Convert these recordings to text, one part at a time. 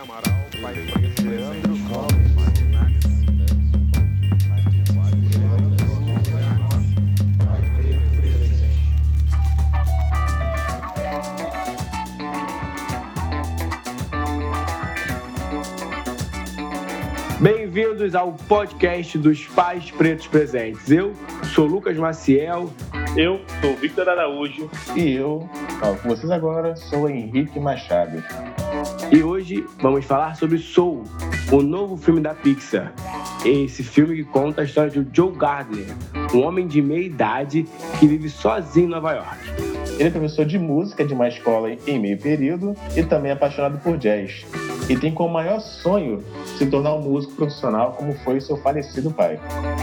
Amaral, pai preto, Leandro Bem-vindos ao podcast dos Pais Pretos Presentes. Eu sou Lucas Maciel. Eu sou Victor Araújo. E eu, com vocês agora, sou Henrique Machado. E hoje vamos falar sobre Soul, o novo filme da Pixar. Esse filme que conta a história de Joe Gardner, um homem de meia idade que vive sozinho em Nova York. Ele é professor de música de uma escola em meio período e também é apaixonado por jazz. E tem como maior sonho se tornar um músico profissional como foi seu falecido pai.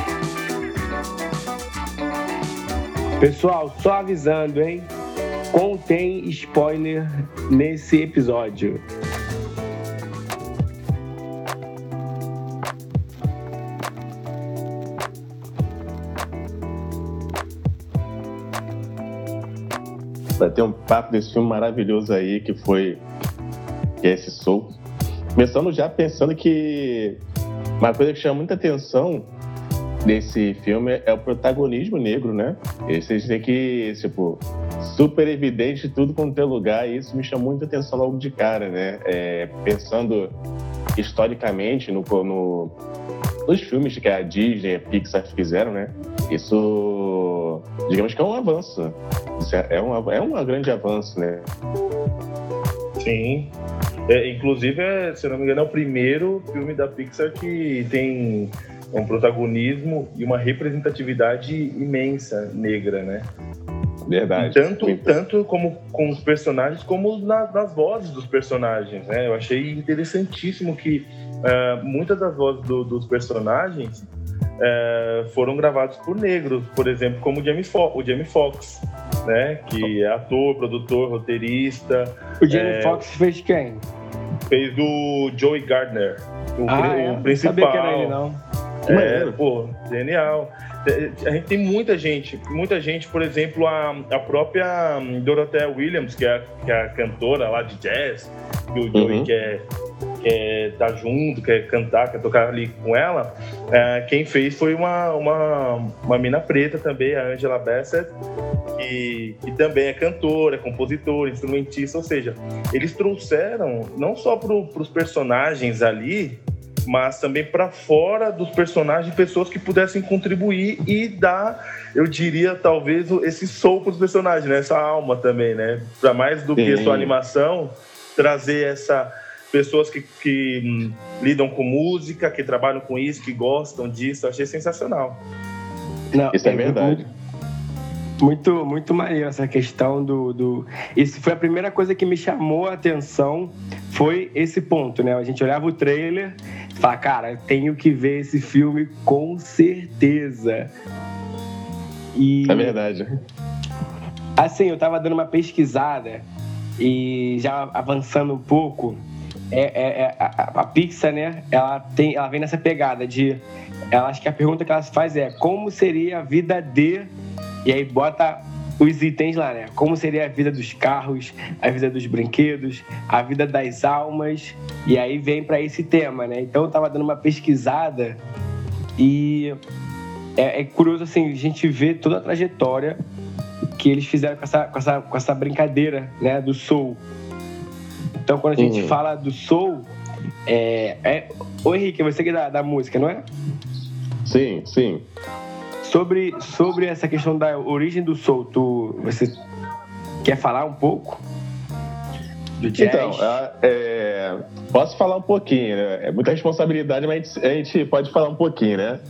Pessoal, só avisando, hein? Contém spoiler nesse episódio. Vai ter um papo desse filme maravilhoso aí que é esse Soul. Começando já pensando que uma coisa que chama muita atenção nesse filme é o protagonismo negro, né? Vocês veem que, super evidente tudo quanto é lugar, e isso me chamou muita atenção logo de cara, né? Pensando historicamente nos filmes que a Disney e a Pixar fizeram, né? Isso, digamos que é um avanço. Isso é um grande avanço, né? Sim. Inclusive, se eu não me engano, é o primeiro filme da Pixar que tem um protagonismo e uma representatividade imensa negra, né? Verdade. Tanto como com os personagens, como nas vozes dos personagens, né? Eu achei interessantíssimo que muitas das vozes dos personagens foram gravados por negros, por exemplo, como o Jamie Foxx, né? Que é ator, produtor, roteirista. O Jamie Foxx fez quem? Fez o Joey Gardner, o principal. Não sabia que era ele, não. Genial. A gente tem muita gente, por exemplo, a própria Dorothea Williams, que é a cantora lá de jazz, que o Joey quer estar junto, quer cantar, quer tocar ali com ela. Quem fez foi uma mina preta também, a Angela Bassett, que também é cantora, compositora, instrumentista, ou seja, eles trouxeram não só para os personagens ali, mas também para fora dos personagens, pessoas que pudessem contribuir e dar, eu diria, talvez, esse soul para os personagens, né? Essa alma também, né? Para mais do que só animação, trazer pessoas que lidam com música, que trabalham com isso, que gostam disso, eu achei sensacional. Não, isso é verdade. Muito, muito maneiro essa questão Isso foi a primeira coisa que me chamou a atenção, foi esse ponto, né? A gente olhava o trailer e falava, cara, tenho que ver esse filme com certeza. É verdade. Assim, eu tava dando uma pesquisada e já avançando um pouco, a Pixar, né? Ela vem nessa pegada acho que a pergunta que ela faz é como seria a vida e aí bota os itens lá, né? Como seria a vida dos carros, a vida dos brinquedos, a vida das almas, e aí vem para esse tema, né? Então eu tava dando uma pesquisada e é curioso, assim, a gente vê toda a trajetória que eles fizeram com essa brincadeira, né? Do soul. Então quando a gente fala do soul, Ô Henrique, você que é da música, não é? Sim. Sobre essa questão da origem do soul, você quer falar um pouco do jazz? Então, posso falar um pouquinho, né? É muita responsabilidade, mas a gente pode falar um pouquinho, né?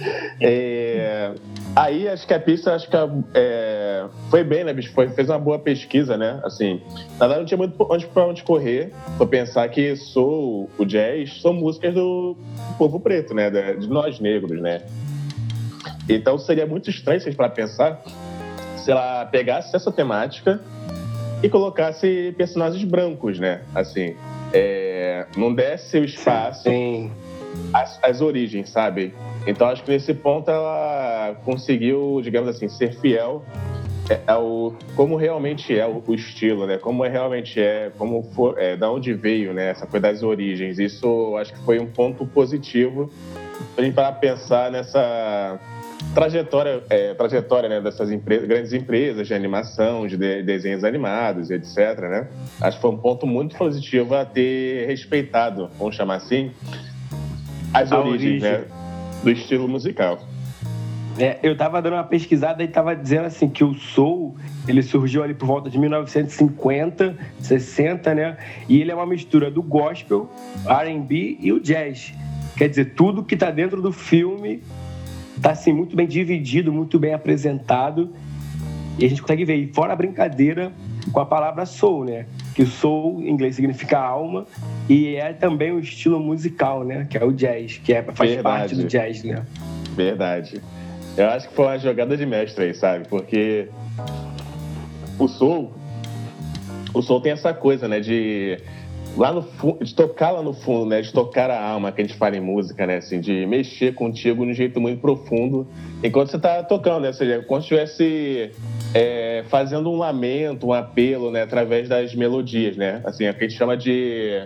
Aí, acho que a Pixar foi bem, né, bicho? Fez uma boa pesquisa, né? Assim, na verdade, não tinha muito pra onde correr. Vou pensar que o jazz são músicas do povo preto, né? De nós negros, né? Então seria muito estranho, se a gente parar pra pensar, se ela pegasse essa temática e colocasse personagens brancos, né? Assim, não desse o espaço às origens, sabe? Então acho que nesse ponto ela conseguiu, digamos assim, ser fiel como realmente é o estilo, né? Como realmente como for, da onde veio, né? Essa coisa das origens. Isso acho que foi um ponto positivo para a gente parar a pensar nessa trajetória, né? Dessas grandes empresas de animação, de desenhos animados, etc, né? Acho que foi um ponto muito positivo a ter respeitado, vamos chamar assim, as origens, né? Do estilo musical. Eu tava dando uma pesquisada e tava dizendo assim que o soul, ele surgiu ali por volta de 1950, 60, né? E ele é uma mistura do gospel, R&B e o jazz. Quer dizer, tudo que tá dentro do filme tá assim muito bem dividido, muito bem apresentado. E a gente consegue ver, e fora a brincadeira com a palavra soul, né? Que o soul em inglês significa alma e é também um estilo musical, né? Que é o jazz, que faz parte do jazz, né? Verdade. Eu acho que foi uma jogada de mestre aí, sabe? Porque o soul tem essa coisa, né? De tocar lá no fundo, né? De tocar a alma, que a gente fala em música, né? Assim, de mexer contigo de um jeito muito profundo enquanto você tá tocando, né? Ou seja, como se estivesse fazendo um lamento, um apelo, né? Através das melodias, né? Assim, é o que a gente chama de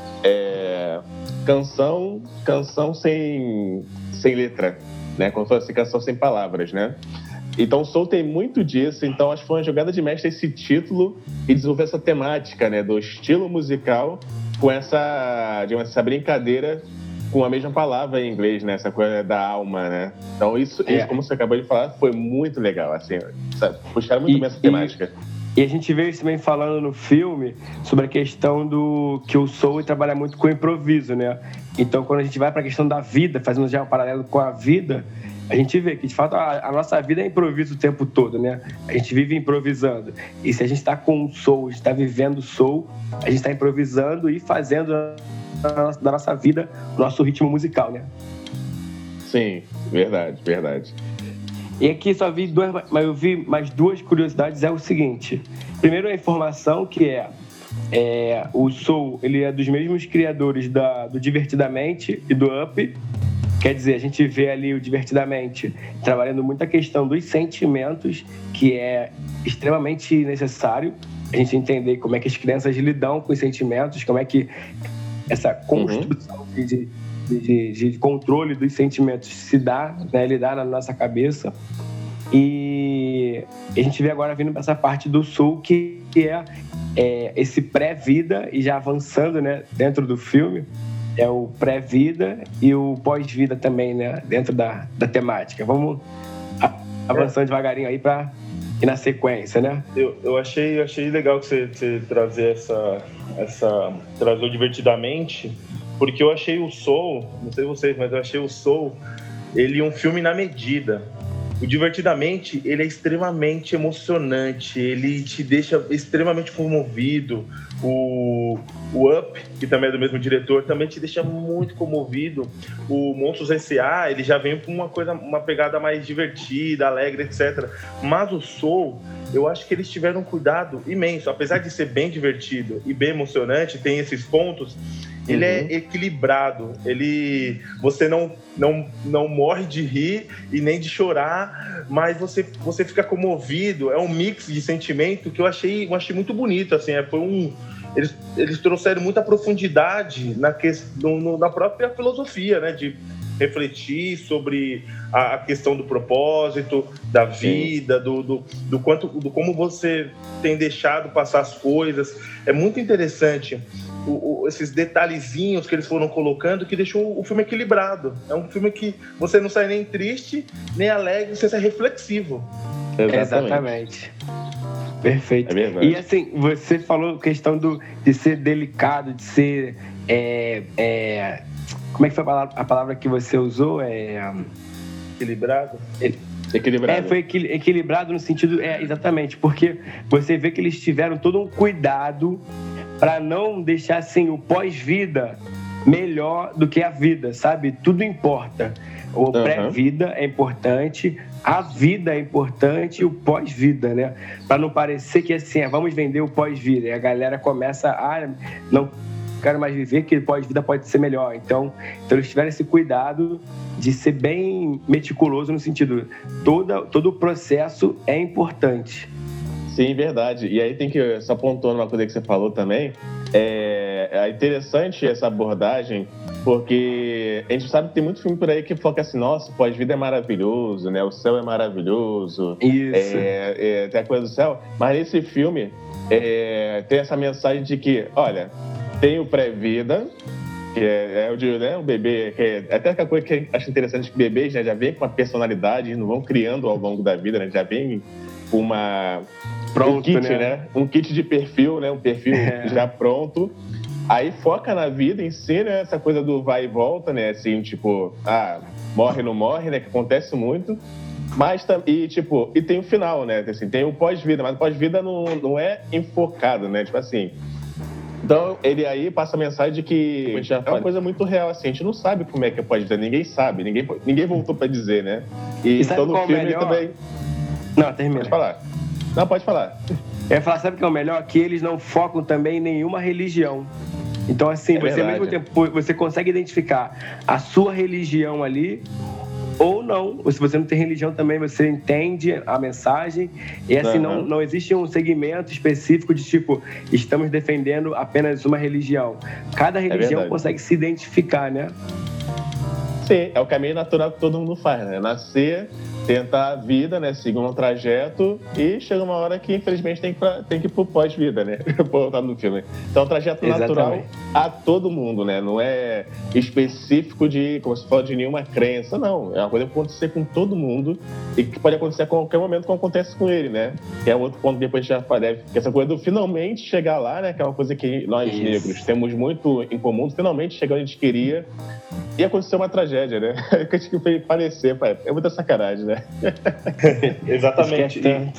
canção sem letra, né? Como se fosse canção sem palavras, né? Então o soul tem muito disso, então acho que foi uma jogada de mestre esse título e desenvolver essa temática, né? Do estilo musical com essa brincadeira com a mesma palavra em inglês, né? Essa coisa da alma, né? Então isso, como você acabou de falar, foi muito legal, assim, sabe? Puxaram muito bem essa temática. E a gente vê isso também falando no filme sobre a questão do que o soul trabalha muito com o improviso, né? Então, quando a gente vai para a questão da vida, fazendo já um paralelo com a vida, a gente vê que, de fato, a nossa vida é improviso o tempo todo, né? A gente vive improvisando. E se a gente está com o soul, a gente está vivendo o soul, a gente está improvisando e fazendo da nossa vida o nosso ritmo musical, né? Sim, verdade. E aqui só vi mas eu vi mais duas curiosidades. É o seguinte: primeiro, a informação que o soul, ele é dos mesmos criadores do Divertidamente e do Up. Quer dizer, a gente vê ali o Divertidamente trabalhando muito a questão dos sentimentos, que é extremamente necessário a gente entender como é que as crianças lidam com os sentimentos, como é que essa construção de controle dos sentimentos se dá, né, ele dá na nossa cabeça. E a gente vê agora vindo para essa parte do soul, que é esse pré-vida, e já avançando, né, dentro do filme, é o pré-vida e o pós-vida também, né, dentro da temática. Vamos avançando devagarinho aí para ir na sequência, né? Eu achei legal que você trazer trazer o Divertidamente, porque eu achei o Soul, não sei vocês, mas eu achei o Soul, ele um filme na medida. O Divertidamente, ele é extremamente emocionante, ele te deixa extremamente comovido. O Up, que também é do mesmo diretor, também te deixa muito comovido. O Monstros S.A., ele já vem com uma pegada mais divertida, alegre, etc. Mas o Soul, eu acho que eles tiveram um cuidado imenso. Apesar de ser bem divertido e bem emocionante, tem esses pontos, ele é equilibrado. Você não morre de rir e nem de chorar, mas você fica comovido. É um mix de sentimento que eu achei muito bonito. Assim, eles trouxeram muita profundidade na própria filosofia, né? De refletir sobre a questão do propósito, da vida, do como você tem deixado passar as coisas. É muito interessante esses detalhezinhos que eles foram colocando, que deixou o filme equilibrado. É um filme que você não sai nem triste, nem alegre, você sai reflexivo. Exatamente. Perfeito. É e assim, você falou questão de ser delicado, de ser... como é que foi a palavra que você usou? Equilibrado? Equilibrado. Foi equilibrado no sentido... exatamente, porque você vê que eles tiveram todo um cuidado para não deixar assim, o pós-vida melhor do que a vida, sabe? Tudo importa. O pré-vida é importante, a vida é importante e o pós-vida, né? Para não parecer que assim, vamos vender o pós-vida. E a galera começa não quero mais viver, que pós-vida pode ser melhor. Então eles tiveram esse cuidado de ser bem meticuloso no sentido, todo o processo é importante. Sim, verdade. E aí tem que, só pontuando uma coisa que você falou também, é interessante essa abordagem, porque a gente sabe que tem muito filme por aí que foca assim, nossa, pós-vida é maravilhoso, né? O céu é maravilhoso. Isso. Tem a coisa do céu. Mas nesse filme tem essa mensagem de que, olha, tem o pré-vida, que o bebê, que é até aquela coisa que eu acho interessante, que bebês, né, já vem com uma personalidade, não vão criando ao longo da vida, né? Já vem com um kit, né? Um kit de perfil, né? Um perfil já pronto. Aí foca na vida em si, né? Essa coisa do vai e volta, né? Assim, tipo, morre, não morre, né? Que acontece muito. Mas, e tem o final, né? Assim, tem o pós-vida, mas o pós-vida não é enfocado, né? Tipo assim... Então, ele aí passa a mensagem de que é uma coisa muito real, assim. A gente não sabe como é que é pós-vida, ninguém sabe. Ninguém voltou pra dizer, né? E então no filme melhor? Também... Não, termina. Pode falar. Não, pode falar. Eu ia falar, sabe o que é o melhor? Que eles não focam também em nenhuma religião. Então, assim, você ao mesmo tempo, você consegue identificar a sua religião ali ou não. Ou se você não tem religião também, você entende a mensagem. E assim, não existe um segmento específico de tipo, estamos defendendo apenas uma religião. Cada religião consegue se identificar, né? Sim, é o caminho natural que todo mundo faz, né? Nascer, tentar a vida, né? Seguir um trajeto e chega uma hora que, infelizmente, tem que ir pro pós-vida, né? Tá no filme. Então, é um trajeto natural a todo mundo, né? Não é específico de, como se fala, de nenhuma crença, não. É uma coisa que pode acontecer com todo mundo e que pode acontecer a qualquer momento, como acontece com ele, né? Que é outro ponto que depois já deve... Que essa coisa do finalmente chegar lá, né? Que é uma coisa que nós negros temos muito em comum. Finalmente chegar onde a gente queria e aconteceu uma tragédia, né? Que a gente fez parecer, pai. É muita sacanagem, né? Exatamente.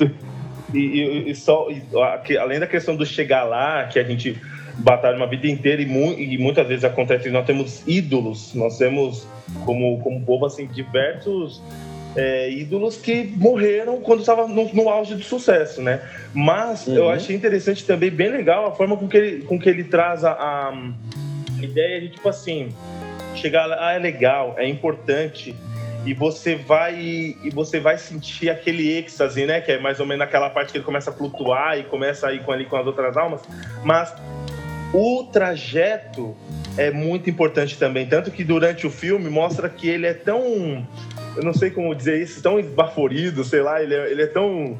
Além da questão do chegar lá, que a gente batalha uma vida inteira e muitas vezes acontece, nós temos ídolos, nós temos como povo assim diversos ídolos que morreram quando estava no auge do sucesso, né? Mas eu achei interessante também, bem legal, a forma com que ele traz a ideia de tipo assim, chegar lá, é legal, é importante. E você vai sentir aquele êxtase, né? Que é mais ou menos aquela parte que ele começa a flutuar e começa a ir com as outras almas. Mas o trajeto é muito importante também. Tanto que durante o filme mostra que ele é tão... Eu não sei como dizer isso, tão esbaforido, sei lá. Ele é tão...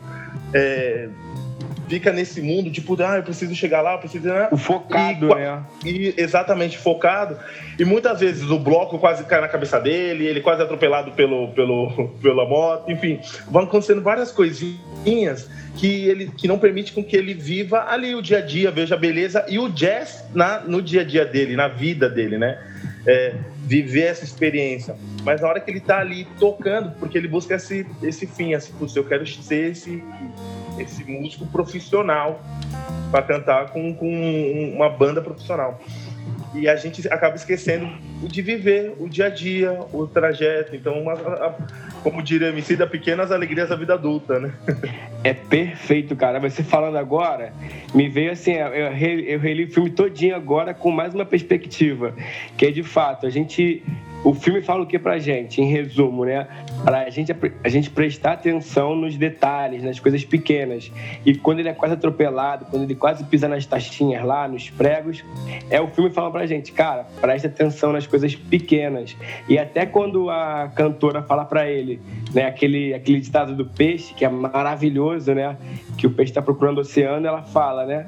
fica nesse mundo, tipo, eu preciso chegar lá, eu preciso... Né? O focado, né? Exatamente, focado. E muitas vezes o bloco quase cai na cabeça dele, ele quase é atropelado pela moto, enfim. Vão acontecendo várias coisinhas que não permite com que ele viva ali o dia a dia, veja a beleza e o jazz no dia a dia dele, na vida dele, né? Viver essa experiência. Mas na hora que ele tá ali tocando, porque ele busca esse fim, assim, eu quero ser esse músico profissional para cantar com uma banda profissional. E a gente acaba esquecendo de viver o dia a dia, o trajeto. Então, como diria Emicida, pequenas alegrias da vida adulta, né? É perfeito, cara. Você falando agora, me veio assim, eu reli o filme todinho agora com mais uma perspectiva, que é de fato, o filme fala o que pra gente, em resumo, né? Pra gente prestar atenção nos detalhes, nas coisas pequenas. E quando ele é quase atropelado, quando ele quase pisa nas taxinhas lá, nos pregos, o filme fala pra gente, cara, presta atenção nas coisas pequenas. E até quando a cantora fala pra ele, né, aquele ditado do peixe, que é maravilhoso, né? Que o peixe tá procurando o oceano, ela fala, né?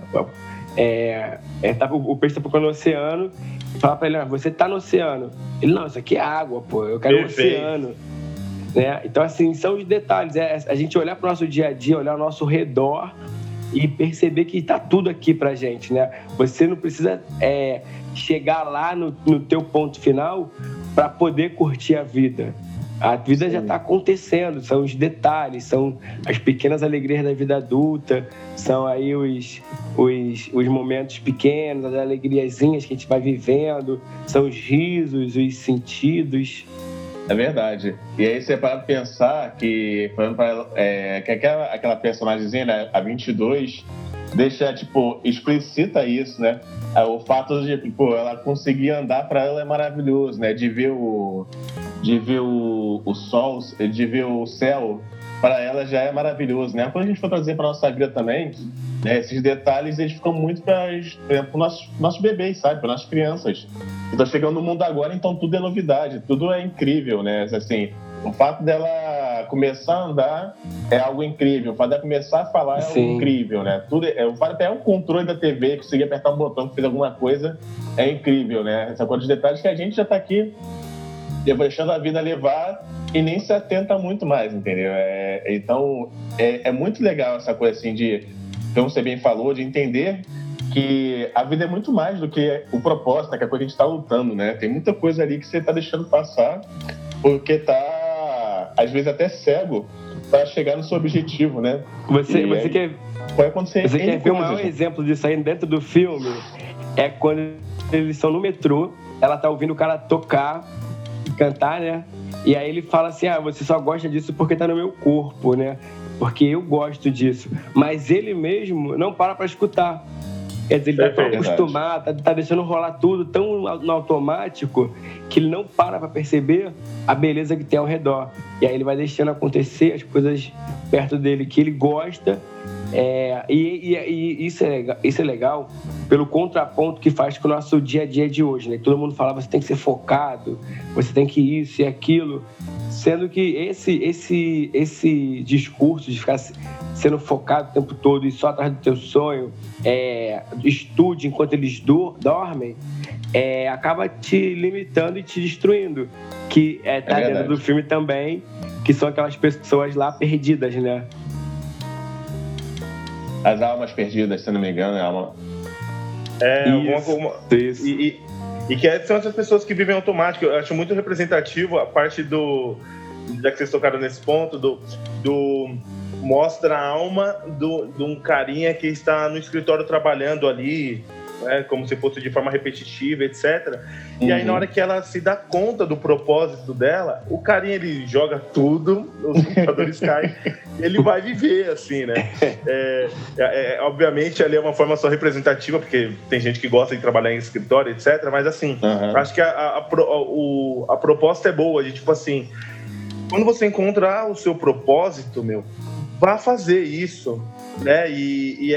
O peixe tá procurando o oceano, fala pra ele, você tá no oceano. Ele, não, isso aqui é água, pô, eu quero o oceano. Né? Então, assim, são os detalhes. A gente olhar pro nosso dia a dia, olhar ao nosso redor e perceber que tá tudo aqui pra gente, né? Você não precisa chegar lá no teu ponto final para poder curtir a vida. A vida já está acontecendo, são os detalhes, são as pequenas alegrias da vida adulta, são aí os momentos pequenos, as alegriazinhas que a gente vai vivendo, são os risos, os sentidos. É verdade. E aí você para pensar que aquela personagemzinha, né, a 22, deixa, tipo, explicita isso, né? O fato de, tipo, ela conseguir andar, para ela é maravilhoso, né? De ver o sol, de ver o céu para ela já é maravilhoso, né? Quando a gente for trazer para nossa vida também, né, esses detalhes, eles ficam muito para os nossos bebês, sabe? Para nossas crianças. Estão chegando no mundo agora, então tudo é novidade, tudo é incrível, né? Assim, o fato dela começar a andar é algo incrível, o fato dela começar a falar é algo incrível, né? O fato até o controle da TV, conseguir apertar um botão que fez alguma coisa, é incrível, né? Essa coisa de detalhes que a gente já está aqui deixando a vida levar e nem se atenta muito mais, entendeu? Então, é muito legal essa coisa assim de, como você bem falou, de entender que a vida é muito mais do que o propósito, que é a coisa que a gente está lutando, né? Tem muita coisa ali que você está deixando passar porque está, às vezes, até cego para chegar no seu objetivo, né? Você quer ver o maior exemplo disso aí dentro do filme? É quando eles estão no metrô, ela tá ouvindo o cara tocar e cantar, né? E aí ele fala assim, você só gosta disso porque tá no meu corpo, né? Porque eu gosto disso. Mas ele mesmo não para escutar. Quer dizer, ele tá tão acostumado, tá deixando rolar tudo tão no automático que ele não para perceber a beleza que tem ao redor. E aí ele vai deixando acontecer as coisas perto dele que ele gosta. E isso é legal pelo contraponto que faz com o nosso dia a dia de hoje, né? Todo mundo fala, você tem que ser focado, você tem que isso e aquilo, sendo que esse discurso de ficar sendo focado o tempo todo e só atrás do teu sonho, estude enquanto eles dormem, acaba te limitando e te destruindo, que tá dentro do filme também, que são aquelas pessoas lá perdidas, né? As almas perdidas, se não me engano, Isso. E que são essas pessoas que vivem automático. Eu acho muito representativo a parte já que vocês tocaram nesse ponto, mostra a alma de um carinha que está no escritório trabalhando ali, né, como se fosse de forma repetitiva, etc. E aí, na hora que ela se dá conta do propósito dela, o carinha, ele joga tudo, os computadores caem, ele vai viver, assim, né? Obviamente, ali é uma forma só representativa, porque tem gente que gosta de trabalhar em escritório, etc. Mas, assim, acho que a proposta é boa, de tipo assim, quando você encontra o seu propósito, vá fazer isso, né? E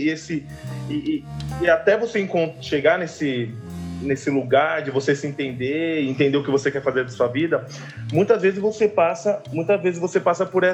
até você chegar nesse lugar de você se entender o que você quer fazer da sua vida, muitas vezes você passa por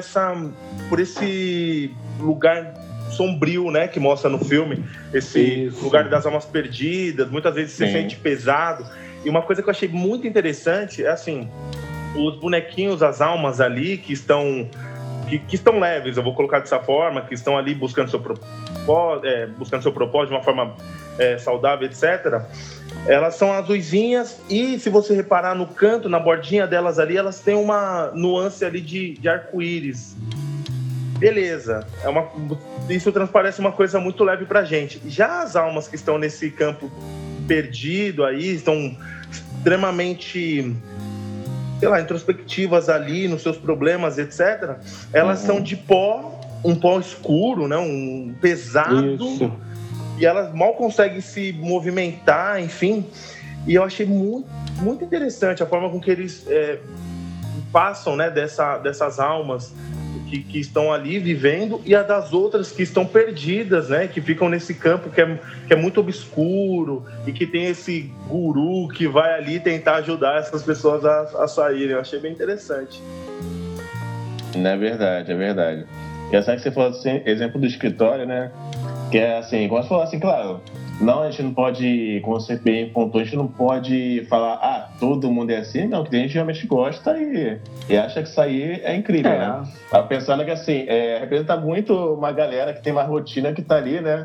esse lugar sombrio, né, que mostra no filme, esse lugar das almas perdidas, muitas vezes se sente pesado. E uma coisa que eu achei muito interessante é assim, os bonequinhos, as almas ali que estão leves, eu vou colocar dessa forma, que estão ali buscando seu propósito de uma forma saudável, etc. Elas são azuisinhas e, se você reparar no canto, na bordinha delas ali, elas têm uma nuance ali de arco-íris. Beleza, isso transparece uma coisa muito leve pra gente. Já as almas que estão nesse campo perdido aí, estão extremamente, introspectivas ali nos seus problemas, etc. Elas são de pó, um pó escuro, né? Um pesado. Isso. E elas mal conseguem se movimentar, enfim. E eu achei muito, muito interessante a forma com que eles passam, né, dessas almas que estão ali vivendo e a das outras que estão perdidas, né? Que ficam nesse campo que é muito obscuro e que tem esse guru que vai ali tentar ajudar essas pessoas a saírem. Eu achei bem interessante. É verdade. E essa que você falou assim, exemplo do escritório, né? Que é assim, como você falou assim, claro, não, a gente não pode, como você bem pontuou, a gente não pode falar, todo mundo é assim, não, que a gente realmente gosta e acha que isso aí é incrível, né? Tava pensando que, assim, representa muito uma galera que tem uma rotina que tá ali, né?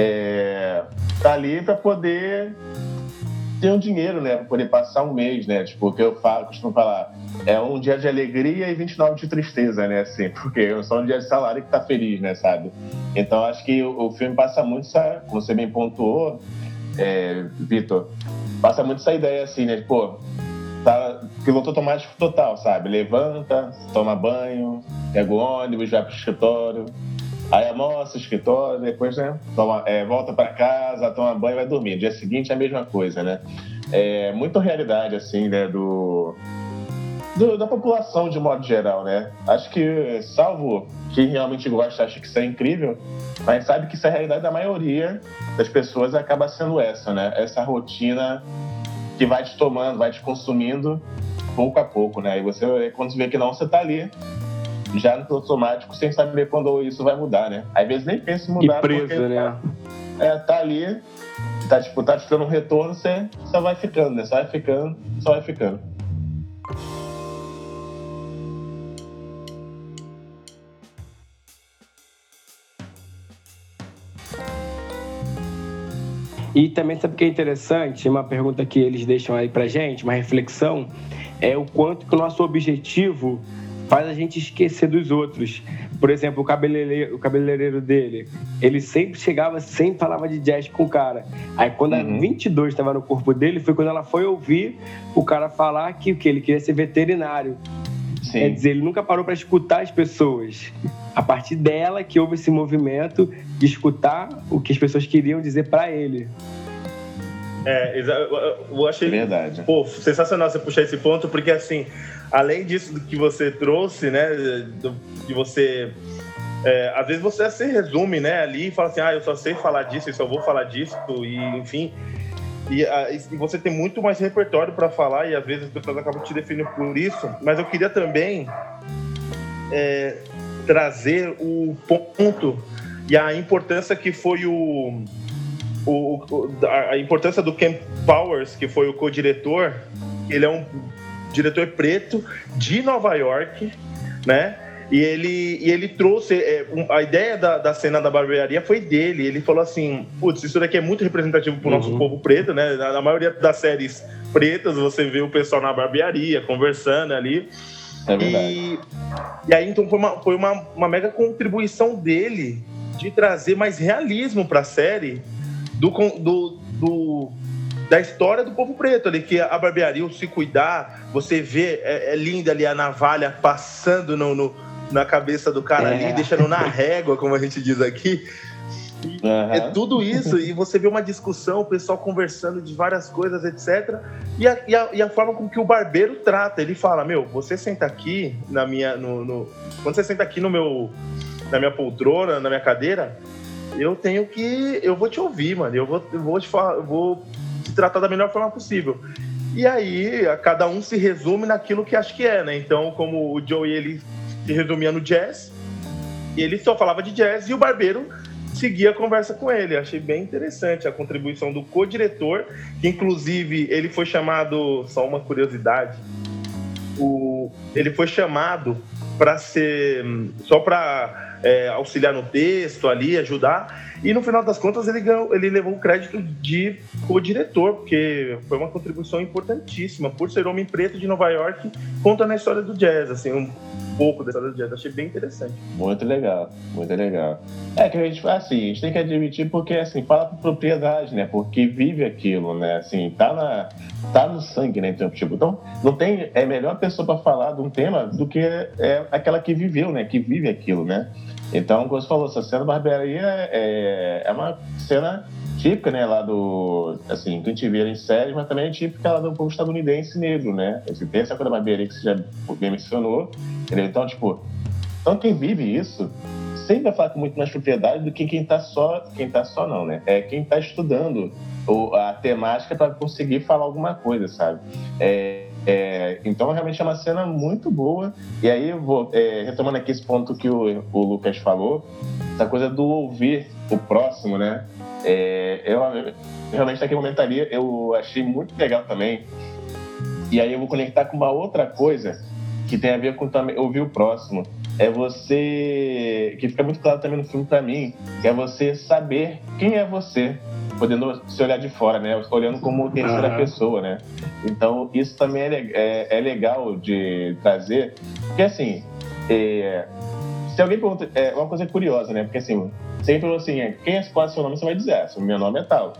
Tá ali pra poder ter um dinheiro, né? Pra poder passar um mês, né? Tipo, o que eu costumo falar, é um dia de alegria e 29 de tristeza, né? Assim, porque é só um dia de salário que tá feliz, né? Sabe? Então, acho que o filme passa muito essa, como você bem pontuou, Vitor, passa muito essa ideia, assim, né? Pô, tá piloto automático total, sabe? Levanta, toma banho, pega o ônibus, vai pro escritório, aí almoça o escritório, depois, né, volta para casa, toma banho e vai dormir. No dia seguinte é a mesma coisa, né? É muito realidade, assim, né, do da população de modo geral, né? Acho que, salvo quem realmente gosta, acha que isso é incrível, mas sabe que isso é a realidade da maioria das pessoas, acaba sendo essa, né? Essa rotina que vai te tomando, vai te consumindo pouco a pouco, né? E você, quando você vê que não, você tá ali, já no automático, sem saber quando isso vai mudar, né? Às vezes nem pensa em mudar. E preso, porque, né? Tá ali, tá te dando um retorno, você só vai ficando, né? Só vai ficando. E também sabe o que é interessante? Uma pergunta que eles deixam aí pra gente, uma reflexão, é o quanto que o nosso objetivo faz a gente esquecer dos outros. Por exemplo, o cabeleireiro dele, ele sempre chegava, sempre falava de jazz com o cara. Aí quando a 22 estava no corpo dele, foi quando ela foi ouvir o cara falar que ele queria ser veterinário. Sim. Quer dizer, ele nunca parou para escutar as pessoas. A partir dela que houve esse movimento de escutar o que as pessoas queriam dizer para ele. Eu achei verdade. Sensacional você puxar esse ponto, porque assim, além disso do que você trouxe, né, de você... às vezes você se resume, né, ali e fala assim, eu só sei falar disso, eu só vou falar disso, e enfim... E você tem muito mais repertório para falar e às vezes as pessoas acabam te definindo por isso, mas eu queria também trazer o ponto e a importância que foi a importância do Kemp Powers, que foi o co-diretor. Ele é um diretor preto de Nova York, né? E ele trouxe... a ideia da cena da barbearia foi dele. Ele falou assim, putz, isso daqui é muito representativo pro nosso povo preto, né? Na maioria das séries pretas, você vê o pessoal na barbearia, conversando ali. É verdade. E aí, então, foi uma mega contribuição dele de trazer mais realismo pra série da história do povo preto ali, que a barbearia, o se cuidar, você vê, é linda ali a navalha passando na cabeça do cara ali, deixando na régua, como a gente diz aqui. É tudo isso, e você vê uma discussão, o pessoal conversando de várias coisas, etc. E a forma com que o barbeiro trata, ele fala, você senta aqui quando você senta aqui na minha poltrona, na minha cadeira, eu vou te ouvir, mano, eu vou te falar, eu vou te tratar da melhor forma possível. E aí, cada um se resume naquilo que acha que é, né? Então, como o Joey, ele se resumia no jazz, ele só falava de jazz e o barbeiro seguia a conversa com ele. Achei bem interessante a contribuição do co-diretor, que inclusive ele foi chamado, só uma curiosidade, ele foi chamado para ser, só para auxiliar no texto ali, ajudar, e no final das contas ele levou o crédito de co-diretor, porque foi uma contribuição importantíssima, por ser homem preto de Nova York, contando a história do jazz, assim, um pouco da história do jazz. Achei bem interessante. Muito legal, muito legal. Que a gente tem que admitir, porque assim, fala com propriedade, né, porque vive aquilo, né, assim, tá no sangue, né, então não tem melhor pessoa para falar de um tema do que aquela que viveu, né, que vive aquilo, né. Então, como você falou, essa cena da barbearia é uma cena típica, né, lá assim, que a gente vê em séries, mas também é típica lá do povo estadunidense negro, né. Tem essa coisa da barbearia que você já bem mencionou, entendeu? Então quem vive isso sempre vai falar com muito mais propriedade do que quem tá só não, né? É quem tá estudando a temática para conseguir falar alguma coisa, sabe? Então, realmente é uma cena muito boa. E aí, eu vou retomando aqui esse ponto que o Lucas falou, essa coisa do ouvir o próximo, né? Eu realmente, naquele momento ali, eu achei muito legal também. E aí eu vou conectar com uma outra coisa que tem a ver com também ouvir o próximo. É você, que fica muito claro também no filme pra mim, que é você saber quem é você, podendo se olhar de fora, né? Olhando como terceira pessoa, né? Então, isso também é legal de trazer, porque assim, se alguém pergunta, é uma coisa curiosa, né? Porque assim, sempre assim, qual é o seu nome? Você vai dizer, meu nome é tal.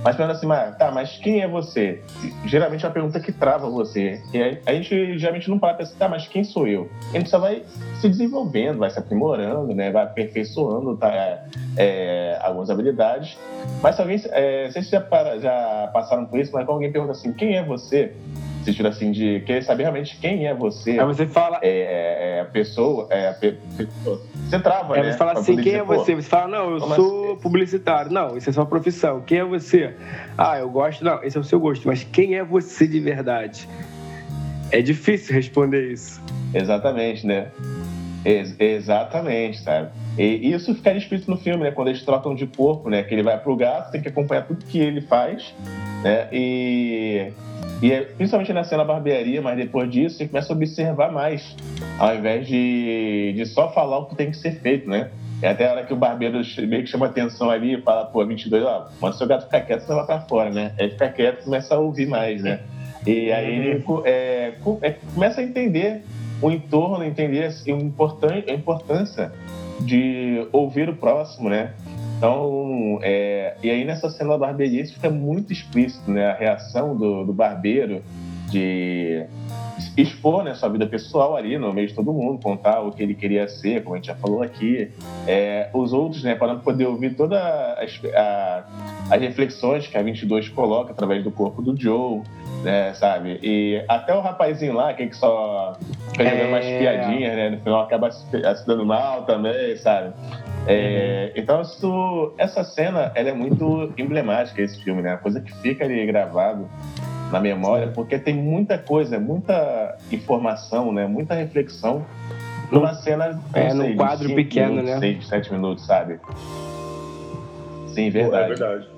Mas pergunta assim, mas quem é você? Geralmente é uma pergunta que trava você. E a gente geralmente não para pra pensar, mas quem sou eu? A gente só vai se desenvolvendo, vai se aprimorando, né? Vai aperfeiçoando algumas habilidades. Mas se alguém, vocês já passaram por isso, mas quando alguém pergunta assim, quem é você? Sentido assim de querer saber realmente quem é você. Aí você fala... A pessoa... Você trava, né? Você fala assim, quem é você? Você fala, não, eu sou publicitário. Não, isso é sua profissão. Quem é você? Eu gosto... Não, esse é o seu gosto. Mas quem é você de verdade? É difícil responder isso. Exatamente, né? Exatamente, sabe? E isso fica explícito no filme, né? Quando eles trocam de corpo, né? Que ele vai pro gato, tem que acompanhar tudo que ele faz, né? E principalmente na cena da barbearia, mas depois disso você começa a observar mais, ao invés de só falar o que tem que ser feito, né? É até a hora que o barbeiro meio que chama atenção ali e fala, 22, manda seu gato ficar quieto, você vai pra fora, né? Aí fica quieto e começa a ouvir mais, né? E aí ele começa a entender o entorno, entender a importância de ouvir o próximo, né? Então, e aí nessa cena da barbearia isso fica muito explícito, né? A reação do barbeiro de expor, né, sua vida pessoal ali no meio de todo mundo, contar o que ele queria ser, como a gente já falou aqui. Os outros, né, para poder ouvir todas as reflexões que a 22 coloca através do corpo do Joe, né, sabe? E até o rapazinho lá, que só fica jogando umas piadinhas, né? No final acaba se dando mal também, sabe? Então essa cena ela é muito emblemática, esse filme, né? A coisa que fica ali gravado na memória, porque tem muita coisa, muita informação, né? Muita reflexão numa cena num quadro pequeno, minutos, né? 6, 7 minutos, sabe? Sim, verdade. É verdade.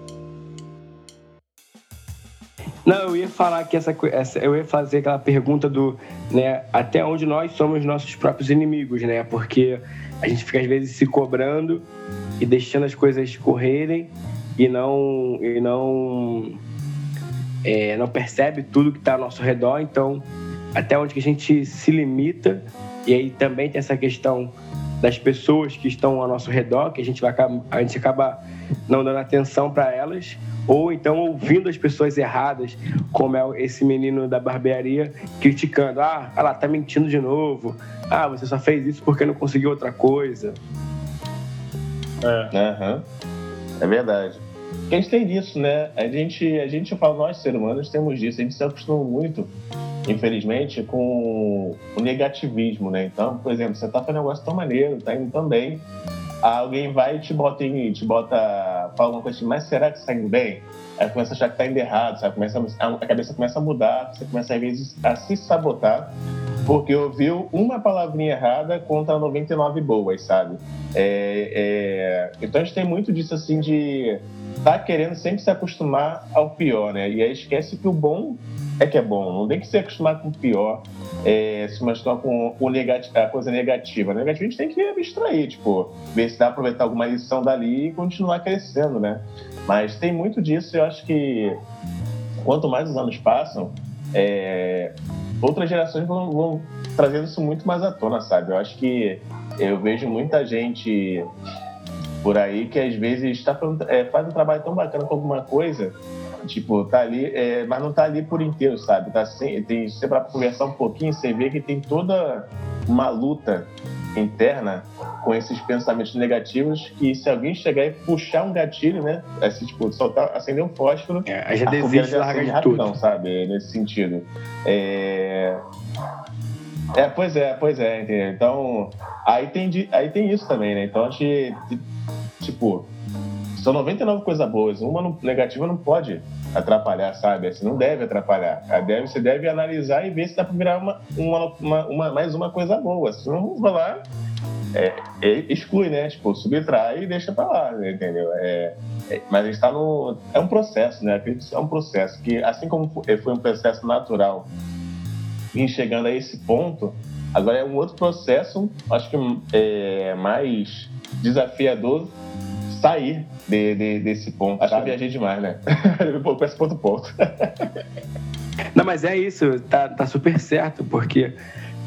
Não, eu ia falar que eu ia fazer aquela pergunta né, até onde nós somos nossos próprios inimigos, né? Porque a gente fica às vezes se cobrando e deixando as coisas correrem e não percebe tudo que está ao nosso redor. Então, até onde que a gente se limita. E aí também tem essa questão das pessoas que estão ao nosso redor, que a gente acaba não dando atenção para elas, ou então ouvindo as pessoas erradas, como é esse menino da barbearia criticando, ela tá mentindo de novo, você só fez isso porque não conseguiu outra coisa. É verdade. Porque a gente tem disso, né? A gente fala, nós seres humanos temos disso, a gente se acostuma muito, infelizmente, com o negativismo, né? Então, por exemplo, você tá fazendo um negócio tão maneiro, tá indo tão bem, alguém vai e te bota, fala uma coisa assim, mas será que tá indo bem? Aí começa a achar que tá indo errado, sabe? A cabeça começa a mudar, você começa às vezes a se sabotar, porque ouviu uma palavrinha errada contra 99 boas, sabe? Então a gente tem muito disso, assim, de tá querendo sempre se acostumar ao pior, né? E aí esquece que o bom é que é bom. Não tem que se acostumar com o pior, se acostumar com a coisa negativa. A negativa a gente tem que abstrair, tipo, ver se dá pra aproveitar alguma lição dali e continuar crescendo, né? Mas tem muito disso, eu acho que quanto mais os anos passam, outras gerações vão trazendo isso muito mais à tona, sabe? Eu acho que eu vejo muita gente por aí que às vezes faz um trabalho tão bacana com alguma coisa, tipo, tá ali, mas não tá ali por inteiro, sabe? Você para conversar um pouquinho, você vê que tem toda uma luta interna com esses pensamentos negativos, que se alguém chegar e puxar um gatilho, né? Assim, tipo, acender um fósforo, já desiste, larga de rapidão, tudo, sabe? Nesse sentido. Pois é, entendeu? Então, aí tem isso também, né? Então, a gente, tipo, são 99 coisas boas, uma negativa não pode atrapalhar, sabe? Assim, não deve atrapalhar. Você deve analisar e ver se dá pra virar mais uma coisa boa. Se não rolar, exclui, né? Tipo, subtrai e deixa pra lá, né? Entendeu? Mas a gente tá é um processo, né? É um processo que, assim como foi um processo natural em chegando a esse ponto, agora é um outro processo, acho que mais desafiador sair desse ponto. Acho que eu viajei demais, né? Eu peço ponto. Não, mas é isso, tá super certo, porque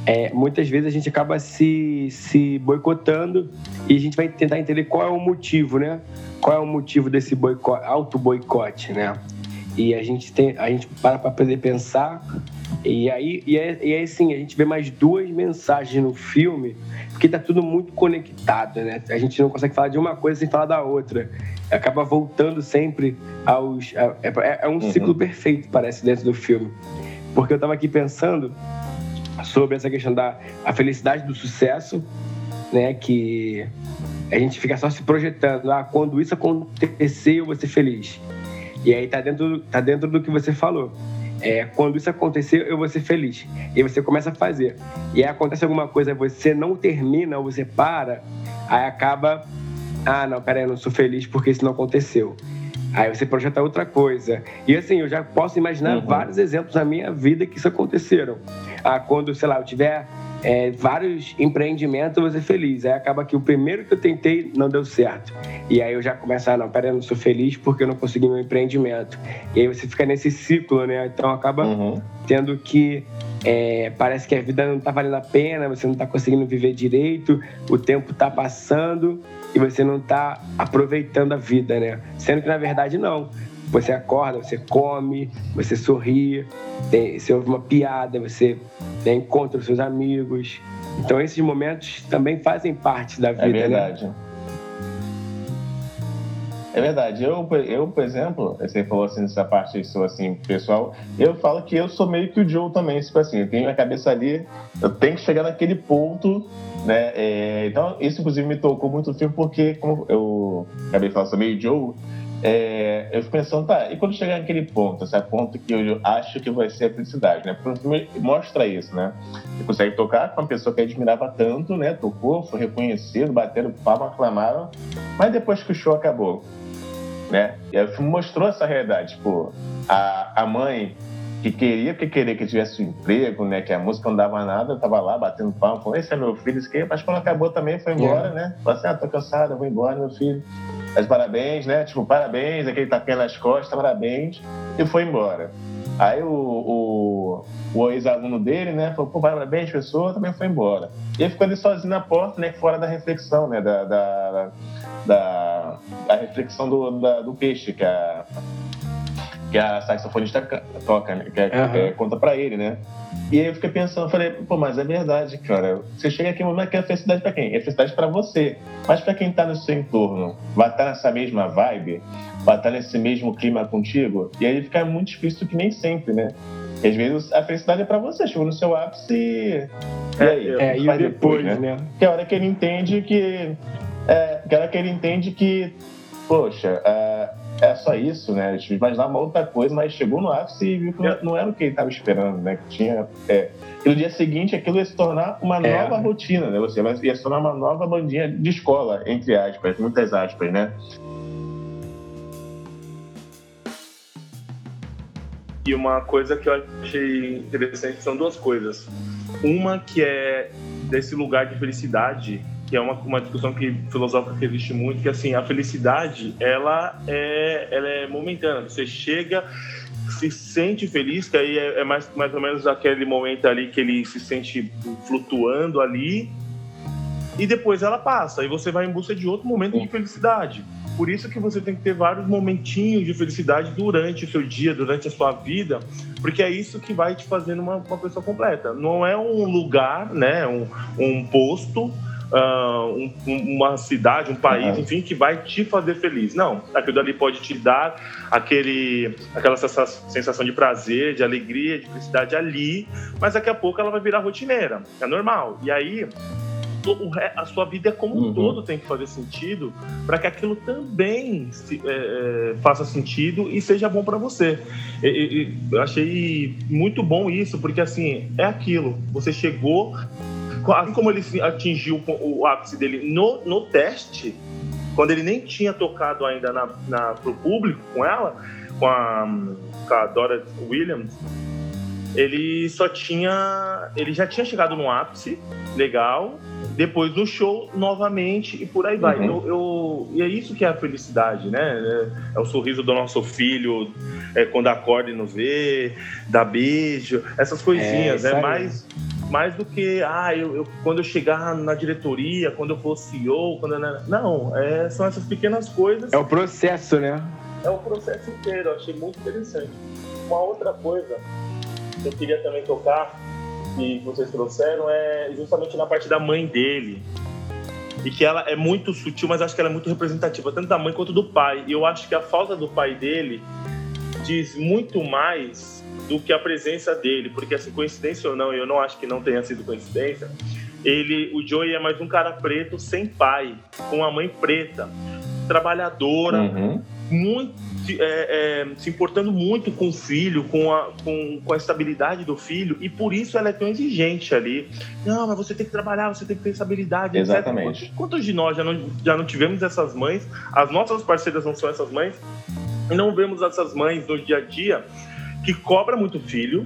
muitas vezes a gente acaba se boicotando e a gente vai tentar entender qual é o motivo, né? Qual é o motivo desse auto-boicote, né? E a gente para poder pensar. E aí sim, a gente vê mais 2 mensagens no filme, porque tá tudo muito conectado, né? A gente não consegue falar de uma coisa sem falar da outra. Acaba voltando sempre é um ciclo perfeito, parece, dentro do filme. Porque eu tava aqui pensando sobre essa questão a felicidade do sucesso, né? Que a gente fica só se projetando. Quando isso acontecer, eu vou ser feliz. E aí tá dentro do que você falou. Quando isso acontecer, eu vou ser feliz. E aí você começa a fazer. E aí acontece alguma coisa, você não termina, ou você para, aí acaba... não, peraí, eu não sou feliz porque isso não aconteceu. Aí você projeta outra coisa. E assim, eu já posso imaginar vários exemplos na minha vida que isso aconteceram. Quando, sei lá, eu tiver vários empreendimentos, eu vou ser feliz. Aí acaba que o primeiro que eu tentei não deu certo. E aí eu já começo não, peraí, eu não sou feliz porque eu não consegui meu empreendimento. E aí você fica nesse ciclo, né? Então acaba tendo que... parece que a vida não tá valendo a pena, você não tá conseguindo viver direito, o tempo tá passando e você não tá aproveitando a vida, né? Sendo que, na verdade, não. Você acorda, você come, você sorri, você ouve uma piada, você encontra os seus amigos. Então, esses momentos também fazem parte da vida, né? É verdade. Né? É verdade. Eu, por exemplo, você falou assim nessa parte sua, assim, pessoal, eu falo que eu sou meio que o Joe também, tipo assim, eu tenho a cabeça ali, eu tenho que chegar naquele ponto, né? Então, isso inclusive me tocou muito no filme, porque, como eu acabei de falar, sou meio Joe, eu fico pensando, e quando chegar naquele ponto, esse ponto que eu acho que vai ser a felicidade, né? Porque o filme mostra isso, né? Você consegue tocar com uma pessoa que admirava tanto, né? Tocou, foi reconhecido, bateram palma, aclamaram, mas depois que o show acabou, né? E aí o filme mostrou essa realidade, tipo, a mãe que queria que tivesse um emprego, né? Que a música não dava nada, tava lá batendo palma, falou, esse é meu filho, mas quando acabou também foi embora, né? Falou assim, tô cansado, eu vou embora, meu filho. Mas parabéns, né? Tipo, parabéns, aquele tapinha nas costas, parabéns, e foi embora. Aí o ex-aluno dele, né? Falou, parabéns, pessoa, também foi embora. E ele ficou ali sozinho na porta, né? Fora da reflexão, né? Da reflexão do peixe que a saxofonista toca, né? Conta pra ele, né? E aí eu fiquei pensando, falei, mas é verdade, cara. Você chega aqui, mas é felicidade pra quem? É felicidade pra você. Mas pra quem tá no seu entorno, vai estar nessa mesma vibe? Vai estar nesse mesmo clima contigo? E aí fica muito difícil, que nem sempre, né? E às vezes a felicidade é pra você, chegou no seu ápice e aí? E depois, né? Que é a hora que ele entende que... Poxa, é só isso, né? A gente imaginava uma outra coisa, mas chegou no ápice e viu que não era o que ele estava esperando, né? Que tinha, e no dia seguinte aquilo ia se tornar uma nova rotina, né? Você ia se tornar uma nova bandinha de escola, entre aspas, muitas aspas, né? E uma coisa que eu achei interessante são 2 coisas. Uma que é desse lugar de felicidade, que é uma discussão filosófica que existe muito, que assim, a felicidade, ela é momentânea. Você chega, se sente feliz, que aí é mais ou menos aquele momento ali que ele se sente flutuando ali, e depois ela passa, e você vai em busca de outro momento de felicidade. Por isso que você tem que ter vários momentinhos de felicidade durante o seu dia, durante a sua vida, porque é isso que vai te fazendo uma pessoa completa. Não é um lugar, né, um posto, uma cidade, um país, enfim, que vai te fazer feliz. Não, aquilo ali pode te dar aquela sensação de prazer, de alegria, de felicidade ali, mas daqui a pouco ela vai virar rotineira, é normal. E aí a sua vida como um todo tem que fazer sentido para que aquilo também faça sentido e seja bom para você. Eu achei muito bom isso, porque assim, é aquilo, você chegou, assim como ele atingiu o ápice dele no teste, quando ele nem tinha tocado ainda pro público com ela, com a Dora Williams, ele já tinha chegado no ápice, legal, depois no show novamente e por aí vai. E é isso que é a felicidade, né? É o sorriso do nosso filho quando acorda e nos vê, dá beijo, essas coisinhas, né? mais do que quando eu chegar na diretoria, quando eu for CEO, são essas pequenas coisas. É o processo, né? É o processo inteiro, eu achei muito interessante. Uma outra coisa que eu queria também tocar, que vocês trouxeram, é justamente na parte da mãe dele. E que ela é muito sutil, mas acho que ela é muito representativa, tanto da mãe quanto do pai. E eu acho que a falta do pai dele diz muito mais do que a presença dele, porque, assim, coincidência ou não, eu não acho que não tenha sido coincidência, o Joey é mais um cara preto sem pai, com uma mãe preta, trabalhadora, muito, se importando muito com o filho, com a estabilidade do filho, e por isso ela é tão exigente ali. Não, mas você tem que trabalhar, você tem que ter estabilidade, exatamente. etc. Quantos de nós já não tivemos essas mães? As nossas parceiras não são essas mães, e não vemos essas mães no dia a dia que cobra muito filho,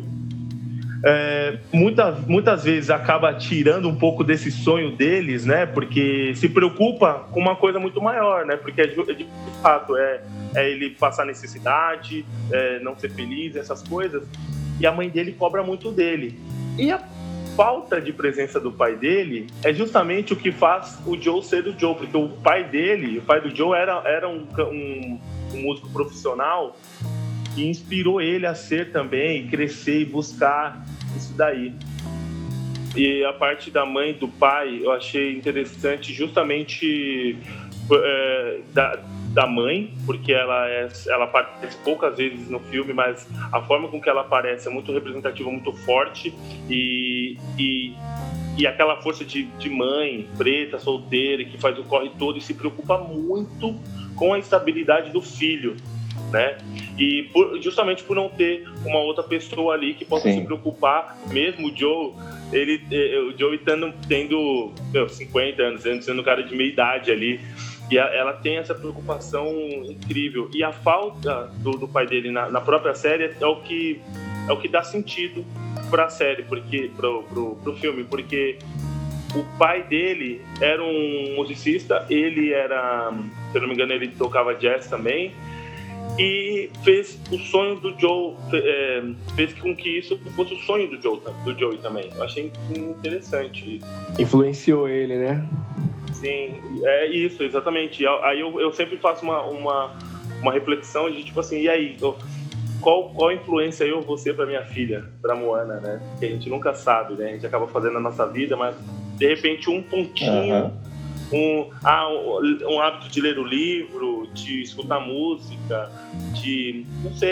muitas vezes acaba tirando um pouco desse sonho deles, né? Porque se preocupa com uma coisa muito maior, né? Porque de fato é ele passar necessidade, não ser feliz, essas coisas. E a mãe dele cobra muito dele. E a falta de presença do pai dele é justamente o que faz o Joe ser o Joe, porque o pai do Joe era um músico profissional que inspirou ele a ser também, crescer e buscar isso daí. E a parte da mãe e do pai eu achei interessante justamente da mãe, porque ela aparece poucas vezes no filme, mas a forma com que ela aparece é muito representativa, muito forte, e aquela força de mãe preta, solteira, que faz o corre todo e se preocupa muito com a estabilidade do filho, né? E justamente por não ter uma outra pessoa ali que possa se preocupar, mesmo o Joe tendo 50 anos, sendo um cara de meia idade ali, e ela tem essa preocupação incrível. E a falta do pai dele na própria série é o que dá sentido para a série, porque pro filme, porque o pai dele era um musicista, ele era, se eu não me engano, ele tocava jazz também, e fez o sonho do Joe, fez com que isso fosse o sonho do Joey também. Eu achei interessante isso. Influenciou ele, né? Sim, é isso, exatamente. Aí eu sempre faço uma reflexão de tipo assim, e aí, qual influência eu vou ser para minha filha, para Moana, né? Que a gente nunca sabe, né? A gente acaba fazendo a nossa vida, mas de repente um pontinho, um hábito de ler o livro, de escutar música, de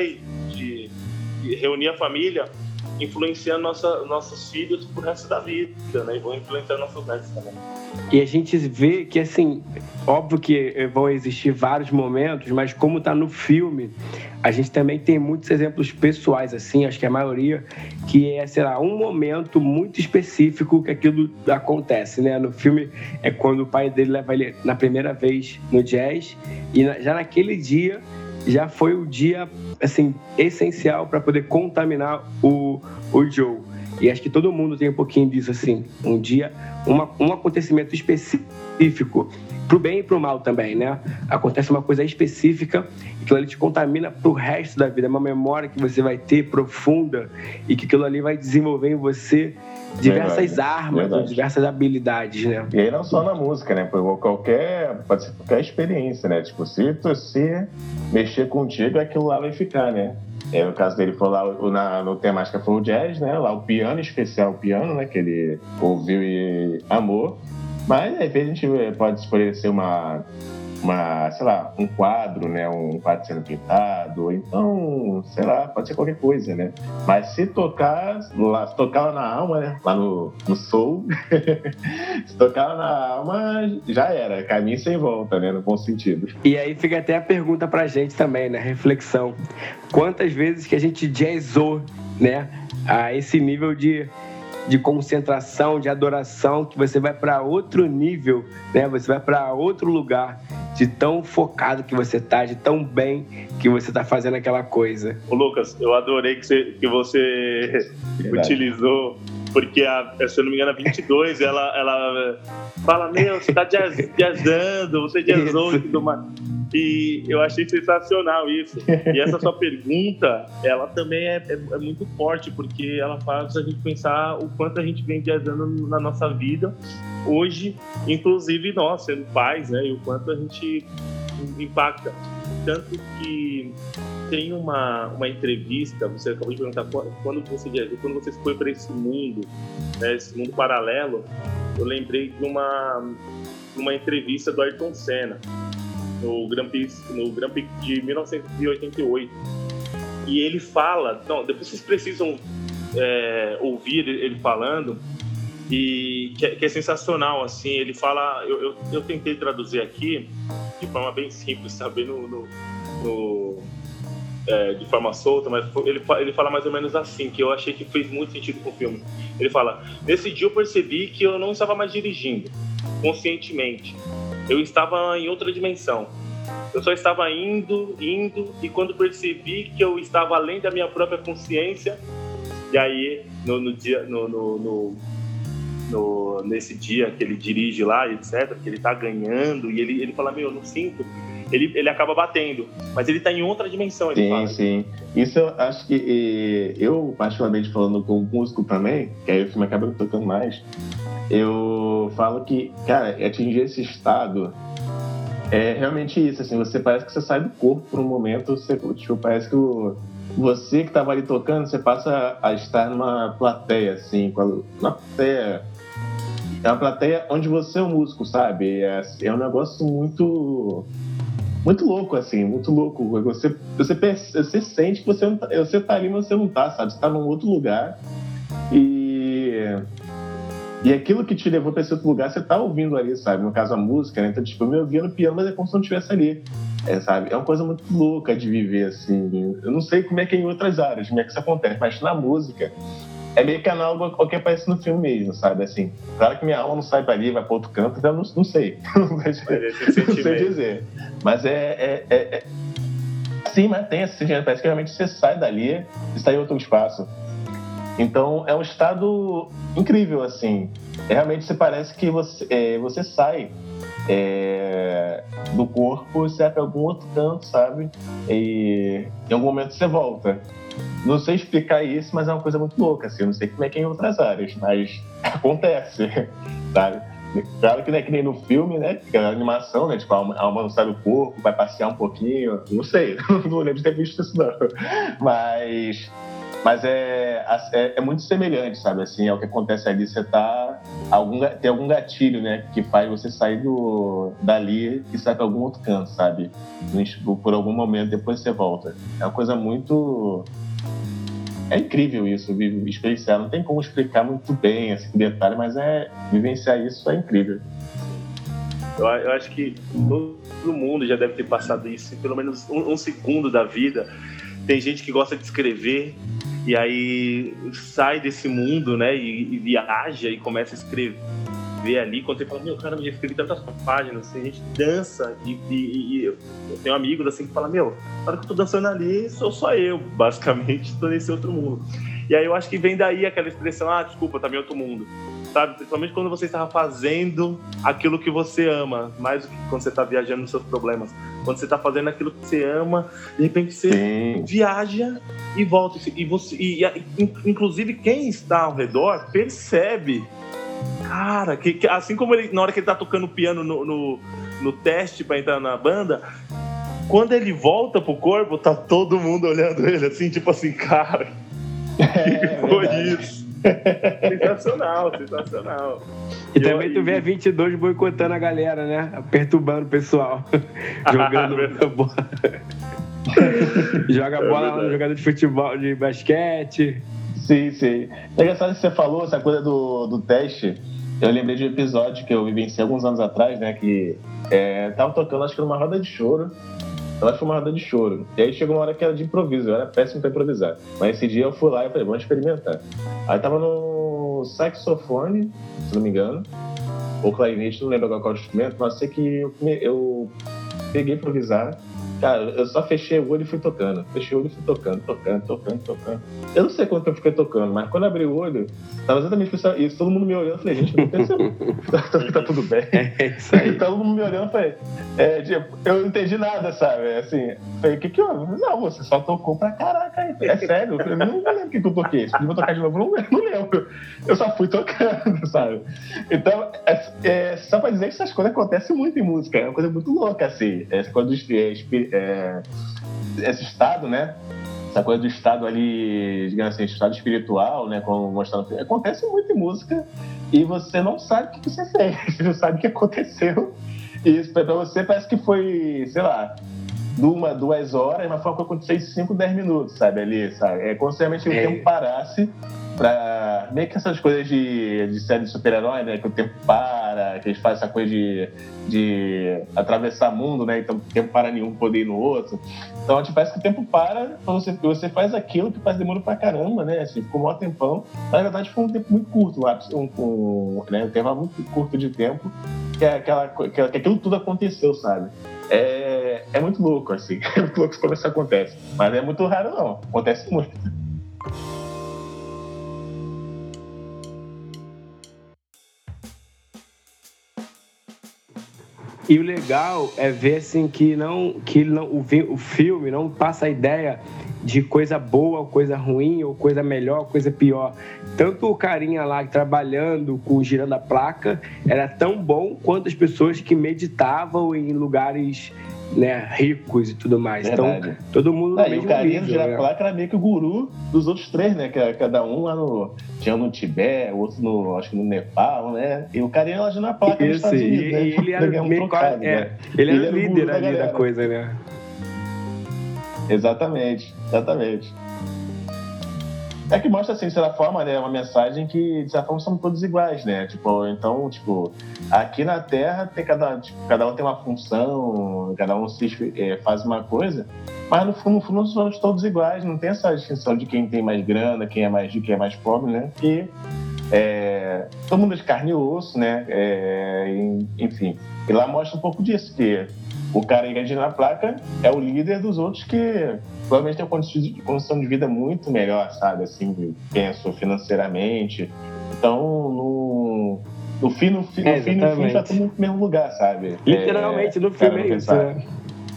reunir a família, influenciando nossos filhos pro resto da vida, né? E vão influenciar nossos netos também. E a gente vê que, assim, óbvio que vão existir vários momentos, mas como tá no filme, a gente também tem muitos exemplos pessoais, assim, acho que a maioria, que é, sei lá, um momento muito específico que aquilo acontece, né? No filme é quando o pai dele leva ele na primeira vez no jazz, e já naquele dia já foi o dia, assim, essencial para poder contaminar o Joe. E acho que todo mundo tem um pouquinho disso, assim, um dia, um acontecimento específico, pro bem e pro mal também, né? Acontece uma coisa específica e aquilo ali te contamina pro resto da vida, é uma memória que você vai ter profunda e que aquilo ali vai desenvolver em você diversas armas, diversas habilidades, né? E aí não só na música, né? Pode ser qualquer experiência, né? Tipo, se você mexer contigo, aquilo lá vai ficar, né? No caso dele foi lá, no temática foi o jazz, né? Lá o piano, especial o piano, né? Que ele ouviu e amou. Mas, às vezes, a gente pode escolher ser sei lá, um quadro, né? Um quadro sendo pintado, ou então, sei lá, pode ser qualquer coisa, né? Mas se tocar lá na alma, né? Lá no soul, se tocar lá na alma, já era, caminho sem volta, né? No bom sentido. E aí fica até a pergunta pra gente também, né? Reflexão. Quantas vezes que a gente jazzou, né? A esse nível de concentração, de adoração, que você vai para outro nível, né? Você vai para outro lugar, de tão focado que você tá, de tão bem que você tá fazendo aquela coisa. Ô Lucas, eu adorei que você utilizou porque se eu não me engano, a 22, ela fala, você tá jazzando, você jazzou e tudo mais. E eu achei sensacional isso. E essa sua pergunta, ela também é muito forte, porque ela faz a gente pensar o quanto a gente vem jazzando na nossa vida hoje, inclusive nós, sendo pais, né? E o quanto a gente impacta. Tanto que tem uma entrevista, você acabou de perguntar quando você foi para esse mundo, né, esse mundo paralelo, eu lembrei de uma entrevista do Ayrton Senna no Grand Prix de 1988. E ele fala, então, depois vocês precisam ouvir ele falando, e que é sensacional, assim. Ele fala, eu tentei traduzir aqui de forma bem simples, sabe, de forma solta, mas ele fala mais ou menos assim, que eu achei que fez muito sentido com o filme. Ele fala: nesse dia eu percebi que eu não estava mais dirigindo conscientemente, eu estava em outra dimensão. Eu só estava indo, e quando percebi que eu estava além da minha própria consciência, e aí nesse dia que ele dirige lá, etc., que ele tá ganhando, e ele fala, eu não sinto, ele acaba batendo, mas ele tá em outra dimensão, ele fala. Sim. Isso eu acho que, eu particularmente falando como músico também, que aí o filme acaba me tocando mais, eu falo que, cara, atingir esse estado é realmente isso, assim, você parece que você sai do corpo por um momento, parece que você que estava ali tocando, você passa a estar numa plateia, assim, é uma plateia onde você é um músico, sabe? É um negócio muito louco, assim, muito louco. Você sente que você tá ali, mas você não tá, sabe? Você tá num outro lugar e aquilo que te levou para esse outro lugar, você tá ouvindo ali, sabe? No caso, a música, né? Então, tipo, eu me ouvia no piano, mas é como se não estivesse ali, sabe? É uma coisa muito louca de viver, assim. Eu não sei como é que é em outras áreas, como é que isso acontece, mas na música é meio que análogo ao que aparece no filme mesmo, sabe? Assim, claro que minha alma não sai para ali, vai para outro canto, então eu não sei. Não sei dizer. Mas sim, mas tem esse sentimento. Parece que realmente você sai dali e sai em outro espaço. Então, é um estado incrível, assim. Realmente, você parece que você sai do corpo e sai para algum outro canto, sabe? E em algum momento você volta. Não sei explicar isso, mas é uma coisa muito louca, assim. Eu não sei como é que é em outras áreas, mas acontece, sabe? Claro que não é que nem no filme, né? Que é a animação, né? Tipo, a alma não sai do corpo, vai passear um pouquinho. Não sei, não lembro de ter visto isso, não. Mas é muito semelhante, sabe? Assim, é o que acontece ali, você tem algum gatilho, né? Que faz você sair dali e sair para algum outro canto, sabe? Por algum momento, depois você volta. É uma coisa muito... É incrível isso, experienciar. Não tem como explicar muito bem, assim, em detalhe, mas vivenciar isso é incrível. Eu acho que todo mundo já deve ter passado isso em pelo menos um segundo da vida. Tem gente que gosta de escrever e aí sai desse mundo, né, e viaja e começa a escrever ali. Quando você fala, caramba, eu já escrevi tantas páginas, assim, a gente dança e eu tenho amigos assim que falam, na hora que eu tô dançando ali, sou só eu, basicamente, tô nesse outro mundo. E aí eu acho que vem daí aquela expressão, desculpa, tá em outro mundo, sabe? Principalmente quando você estava fazendo aquilo que você ama, mais do que quando você tá viajando nos seus problemas. Quando você tá fazendo aquilo que você ama, de repente você viaja e volta. Inclusive quem está ao redor percebe, cara, que assim como ele, na hora que ele tá tocando piano no teste para entrar na banda, quando ele volta pro corpo, tá todo mundo olhando ele assim, tipo assim, cara, que foi isso? Sensacional. E também tu vê a 22 boicotando a galera, né? Perturbando o pessoal. Jogando bola. Joga bola no jogador de futebol, de basquete. Sim. É engraçado que você falou essa coisa do teste. Eu lembrei de um episódio que eu vivenciei alguns anos atrás, né? Que tava tocando, acho que numa roda de choro. Eu acho que foi uma roda de choro. E aí chegou uma hora que era de improviso. Eu era péssimo pra improvisar. Mas esse dia eu fui lá e falei, vamos experimentar. Aí tava no saxofone, se não me engano, ou clarinete, não lembro qual é o instrumento, mas sei que eu peguei improvisar. Cara, eu só fechei o olho e fui tocando. Fechei o olho e fui tocando. Eu não sei quanto eu fiquei tocando, mas quando eu abri o olho, tava exatamente isso. Todo mundo me olhando. Eu falei, gente, não percebo. Tá tudo bem. É isso aí. Todo mundo me olhando. Eu falei, tipo, eu não entendi nada, sabe? Assim, falei, o que houve? Não, você só tocou pra caraca. É sério. Eu falei, não lembro o que eu toquei. Se eu vou tocar de novo, não lembro. Eu só fui tocando, sabe? Então, só pra dizer que essas coisas acontecem muito em música. É uma coisa muito louca, assim. Essa coisa esse estado, né? Essa coisa do estado ali, digamos assim, estado espiritual, né? Como mostrando, acontece muito em música e você não sabe o que você fez, você não sabe o que aconteceu. E isso pra você parece que foi, sei lá, 2 horas, mas foi uma coisa que aconteceu em 5, 10 minutos, sabe? Ali, sabe? É como se realmente o tempo parasse pra... Meio que essas coisas de série de super-herói, né? Que o tempo para, que eles fazem essa coisa de atravessar mundo, né? Então o tempo para nenhum poder ir no outro. Então, tipo, parece que o tempo para, você faz aquilo que faz demora pra caramba, né? Assim, ficou um maior tempão. Na verdade, foi um tempo muito curto, um tempo muito curto de tempo, que aquilo tudo aconteceu, sabe? É muito louco, assim. É muito louco como isso acontece. Mas não é muito raro, não. Acontece muito. E o legal é ver assim que o filme não passa a ideia de coisa boa ou coisa ruim, ou coisa melhor ou coisa pior. Tanto o carinha lá trabalhando girando a placa era tão bom quanto as pessoas que meditavam em lugares, né, ricos e tudo mais. Verdade. Então, todo mundo no mesmo o carinha nível, do girar né? a placa era meio que o guru dos outros 3, né? Que cada um lá tinha no Tibete, o outro acho que no Nepal, né? E o carinha lá girando a placa nos Estados Unidos, né? E ele era meio ele era o líder ali da coisa, né? Exatamente. É que mostra, assim, de certa forma, né, uma mensagem que, de certa forma, somos todos iguais, né? Então, aqui na Terra, cada um tem uma função, cada um faz uma coisa, mas, no fundo, somos todos iguais, não tem essa distinção de quem tem mais grana, quem é mais rico, quem é mais pobre, né? E todo mundo é de carne e osso, né? Enfim, e lá mostra um pouco disso, que o cara engajado na placa é o líder dos outros que provavelmente tem uma condição de vida muito melhor, sabe? Assim, penso financeiramente. Então, no fim, já todo mundo no mesmo lugar, sabe? Literalmente, no filme é isso, né?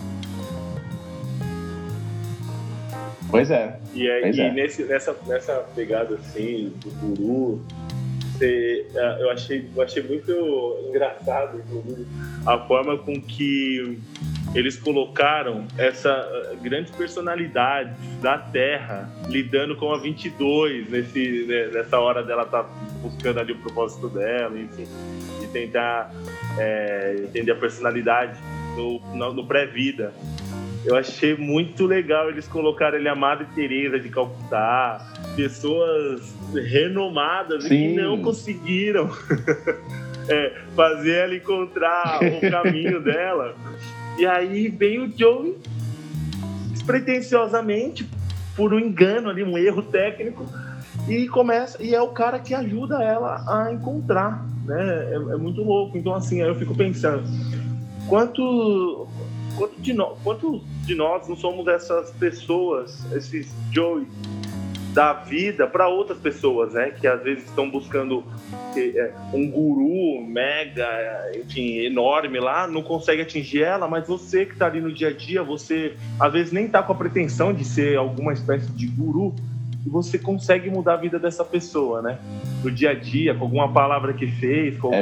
Pois é. Nessa pegada, assim, do guru, eu achei muito engraçado, inclusive, a forma com que eles colocaram essa grande personalidade da Terra lidando com a 22 nessa hora dela tá buscando ali o propósito dela, enfim, e tentar entender a personalidade no pré-vida. Eu achei muito legal eles colocarem ele a Madre Teresa de Calcutá, pessoas renomadas e que não conseguiram fazer ela encontrar o caminho dela. E aí vem o Joey, despretensiosamente, por um engano ali, um erro técnico, e é o cara que ajuda ela a encontrar, né? É muito louco. Então, assim, aí eu fico pensando, quantos de nós não somos essas pessoas, esses Joey da vida para outras pessoas, né? Que às vezes estão buscando um guru mega, enfim, enorme lá, não consegue atingir ela, mas você que está ali no dia a dia, você às vezes nem está com a pretensão de ser alguma espécie de guru, e você consegue mudar a vida dessa pessoa, né? No dia a dia, com alguma palavra que fez, com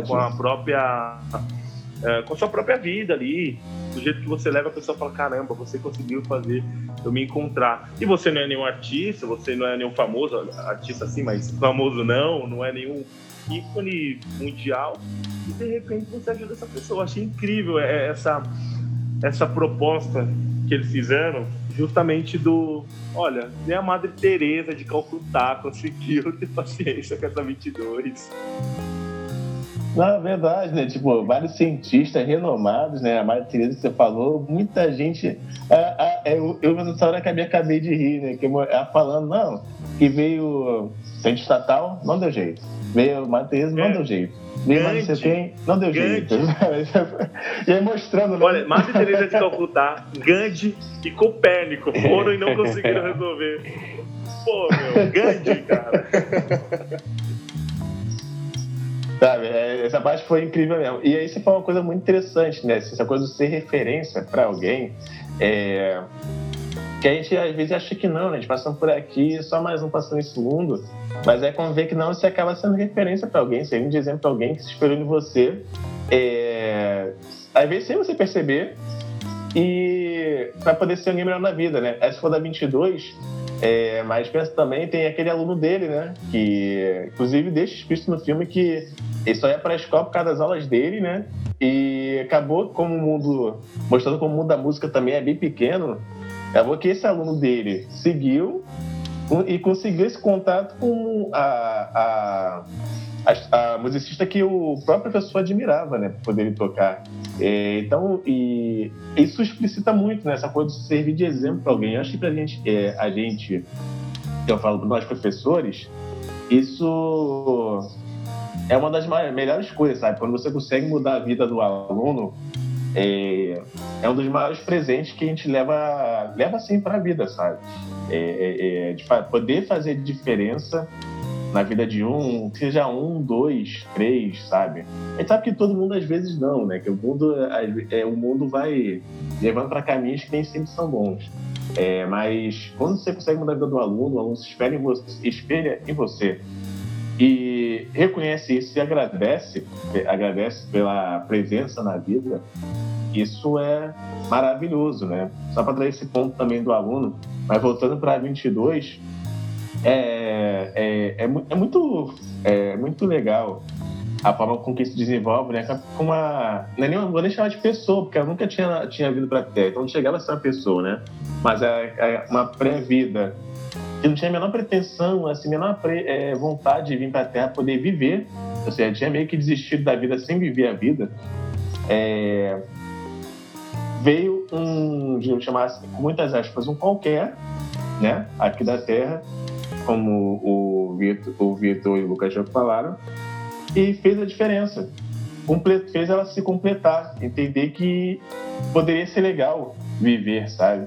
a sua própria vida ali, do jeito que você leva, a pessoa fala, caramba, você conseguiu fazer eu me encontrar. E você não é nenhum artista, você não é nenhum famoso, artista assim, mas famoso não é nenhum ícone mundial, e de repente você ajuda essa pessoa. Eu achei incrível essa proposta que eles fizeram, justamente olha, nem a Madre Teresa de Calcutá conseguiu ter paciência com essa 22. Na verdade, né? Vários cientistas renomados, né? A Madre Teresa que você falou, muita gente. Eu nessa hora que acabei de rir, né? Que ela falando, não, que veio cientista tal, não deu jeito. Veio a Madre Teresa, não deu jeito. Mas você tem... Não deu jeito. E aí mostrando... Né? Olha, Madre Teresa de Calcutá, Gandhi e Copérnico foram e não conseguiram resolver. Pô, meu, Gandhi, cara. Sabe, essa parte foi incrível mesmo. E aí você falou uma coisa muito interessante, né? Essa coisa de ser referência para alguém, que a gente às vezes acha que não, né? A gente passando por aqui, só mais um passando nesse mundo, mas quando vê que não, você acaba sendo referência para alguém, servindo de exemplo para alguém que se espelhou em você, às vezes sem você perceber, e para poder ser alguém melhor na vida, né? Essa foi da 22, mas pensa também, tem aquele aluno dele, né? Que inclusive deixa explícito no filme que ele só ia para a escola por causa das aulas dele, né? E acabou como o mundo, mostrando como o mundo da música também é bem pequeno, acabou que esse aluno dele seguiu e conseguiu esse contato com a musicista que o próprio professor admirava, né? Para poder ele tocar. Então, e isso explicita muito, né? Essa coisa de servir de exemplo para alguém. Eu acho que pra gente, eu falo para nós professores, isso é uma das melhores coisas, sabe? Quando você consegue mudar a vida do aluno, é um dos maiores presentes que a gente leva assim para a vida, sabe? De poder fazer diferença na vida de seja 1, 2, 3, sabe? A gente sabe que todo mundo às vezes não, né? Que o mundo vai levando para caminhos que nem sempre são bons. Mas quando você consegue mudar a vida do aluno, o aluno se espelha em você e reconhece isso e agradece pela presença na vida, isso é maravilhoso, né? Só para dar esse ponto também do aluno, mas voltando para a 22, é muito legal a forma com que se desenvolve, né? Não vou nem chamar de pessoa, porque ela nunca tinha vindo para a Terra, então não chegava a ser uma pessoa, né? Mas é uma pré-vida que não tinha a menor pretensão, assim, a menor vontade de vir para a Terra poder viver, ou seja, tinha meio que desistido da vida sem viver a vida. Veio digamos, chamar assim, com muitas aspas, um qualquer, né? Aqui da Terra, como o Vitor e o Lucas já falaram, e fez a diferença. Fez ela se completar, entender que poderia ser legal viver, sabe?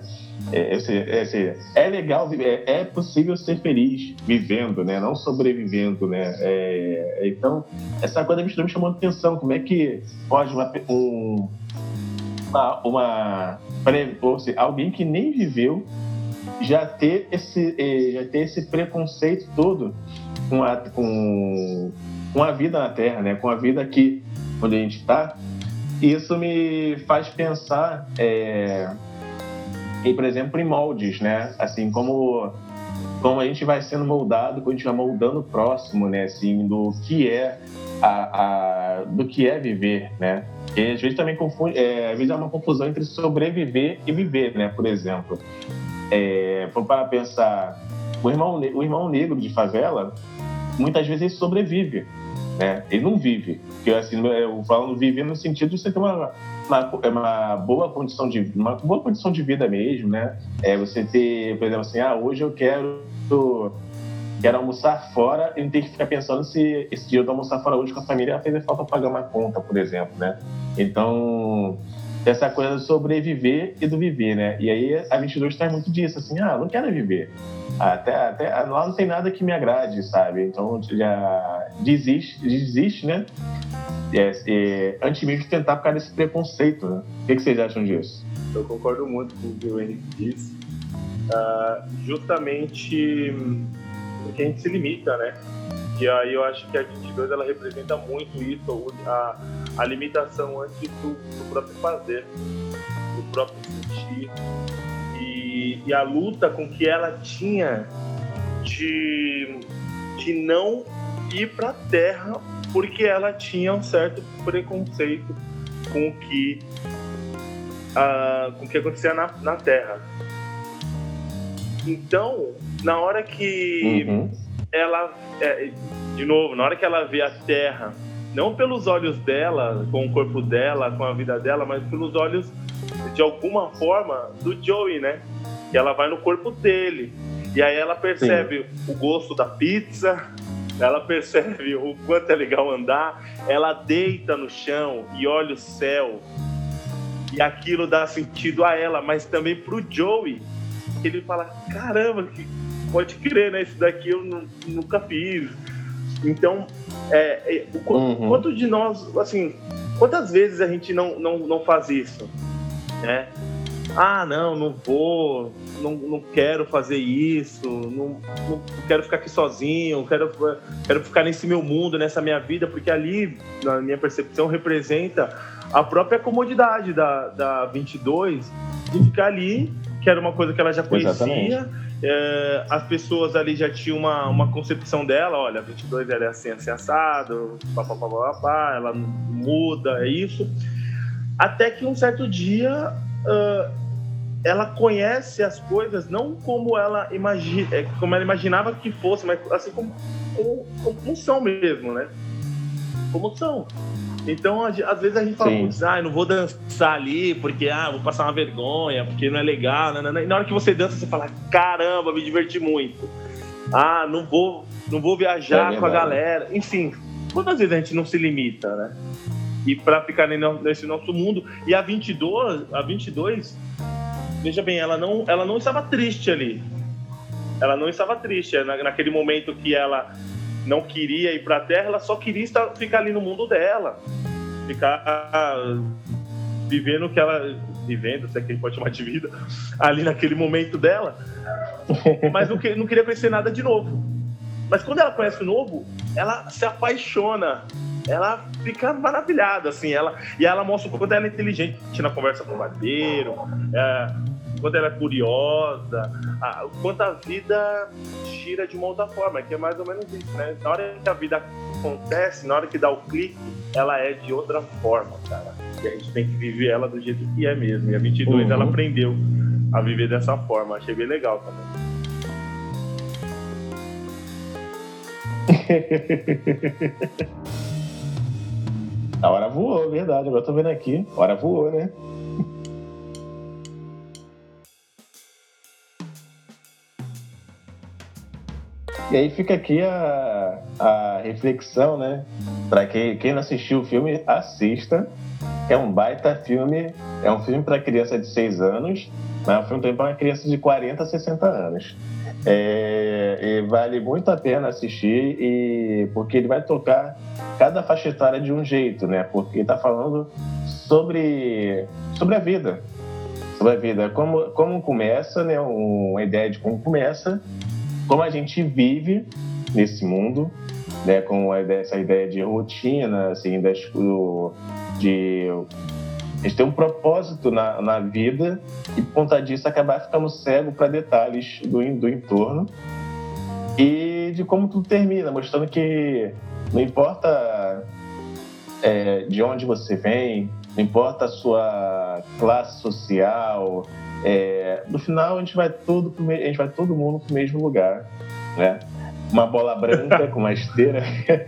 É legal viver, é possível ser feliz vivendo, né? Não sobrevivendo, né? Então, essa coisa me chamou a atenção. Como é que pode alguém que nem viveu já ter esse preconceito todo com a vida na Terra, né? Com a vida aqui onde a gente está. Isso me faz pensar por exemplo, em moldes, né? Assim, como a gente vai sendo moldado, como a gente vai moldando o próximo, né? Assim, do que é viver, né? E às vezes também confunde, às vezes há uma confusão entre sobreviver e viver, né? Por exemplo, para pensar, o irmão negro de favela, muitas vezes ele sobrevive, né? Ele não vive. Porque, assim, eu falo viver no sentido de você ter uma boa condição de vida mesmo, né? Você ter, por exemplo, assim, hoje eu quero almoçar fora e não ter que ficar pensando se esse dia eu almoçar fora hoje com a família vai fazer falta pagar uma conta, por exemplo, né? Então, essa coisa do sobreviver e do viver, né? E aí a 22 traz muito disso, assim, não quero viver. Até lá não tem nada que me agrade, sabe? Então já desiste, né? Antes mesmo de tentar ficar nesse preconceito, né? O que vocês acham disso? Eu concordo muito com o que o Henrique disse. Justamente porque a gente se limita, né? E aí eu acho que a 22 ela representa muito isso, a limitação antes do próprio fazer, do próprio sentir. E a luta com que ela tinha de não ir para a Terra, porque ela tinha um certo preconceito com o que acontecia na Terra. Então, na hora que ela, na hora que ela vê a Terra, não pelos olhos dela, com o corpo dela, com a vida dela, mas pelos olhos, de alguma forma, do Joey, né? Que ela vai no corpo dele. E aí ela percebe o gosto da pizza, ela percebe o quanto é legal andar, ela deita no chão e olha o céu, e aquilo dá sentido a ela, mas também pro Joey, ele fala, caramba, pode crer, né? Isso daqui eu nunca fiz. Então, quanto de nós, assim, quantas vezes a gente não faz isso, né? Ah, não vou, não quero fazer isso, não quero ficar aqui sozinho, quero ficar nesse meu mundo, nessa minha vida, porque ali, na minha percepção, representa a própria comodidade da 22 de ficar ali, que era uma coisa que ela já conhecia. As pessoas ali já tinham uma concepção dela, olha, a 22 ela é assim assado, ela muda, é isso. Até que um certo dia ela conhece as coisas não como ela imaginava que fosse, mas assim como são mesmo, né? Como são. Então, às vezes a gente fala, eu não vou dançar ali porque vou passar uma vergonha, porque não é legal. E na hora que você dança, você fala, caramba, me diverti muito. Não vou viajar com a galera. Enfim, quantas vezes a gente não se limita, né? E pra ficar nesse nosso mundo. E a 22, veja bem, ela não estava triste ali. Ela não estava triste. Naquele momento que ela não queria ir pra Terra, ela só queria ficar ali no mundo dela. Ficar vivendo o que ela... Vivendo, se é que a gente pode chamar de vida, ali naquele momento dela. Mas não queria conhecer nada de novo. Mas quando ela conhece o novo, ela se apaixona. Ela fica maravilhada, assim. E ela mostra o quanto ela é inteligente na conversa com o barbeiro, o quanto ela é curiosa, o quanto a vida gira de uma outra forma, que é mais ou menos isso, né? Na hora que a vida acontece, na hora que dá o clique, ela é de outra forma, cara. E a gente tem que viver ela do jeito que é mesmo. E a 22, ela aprendeu a viver dessa forma. Achei bem legal também. A hora voou, verdade. Agora eu tô vendo aqui. A hora voou, né? E aí fica aqui a reflexão, né? Para quem não assistiu o filme, assista. É um baita filme. É um filme para criança de 6 anos, mas é um filme também para uma criança de 40 a 60 anos. E vale muito a pena assistir, porque ele vai tocar cada faixa etária de um jeito, né? Porque está falando sobre a vida. Sobre a vida. Como começa, né? Uma ideia de como começa, como a gente vive nesse mundo, né? Com essa ideia de rotina, assim, de a gente ter um propósito na vida e, por conta disso, acabar ficando cego para detalhes do entorno e de como tudo termina, mostrando que não importa de onde você vem, não importa a sua classe social, no final a gente vai todo mundo para o mesmo lugar, né? Uma bola branca com uma esteira.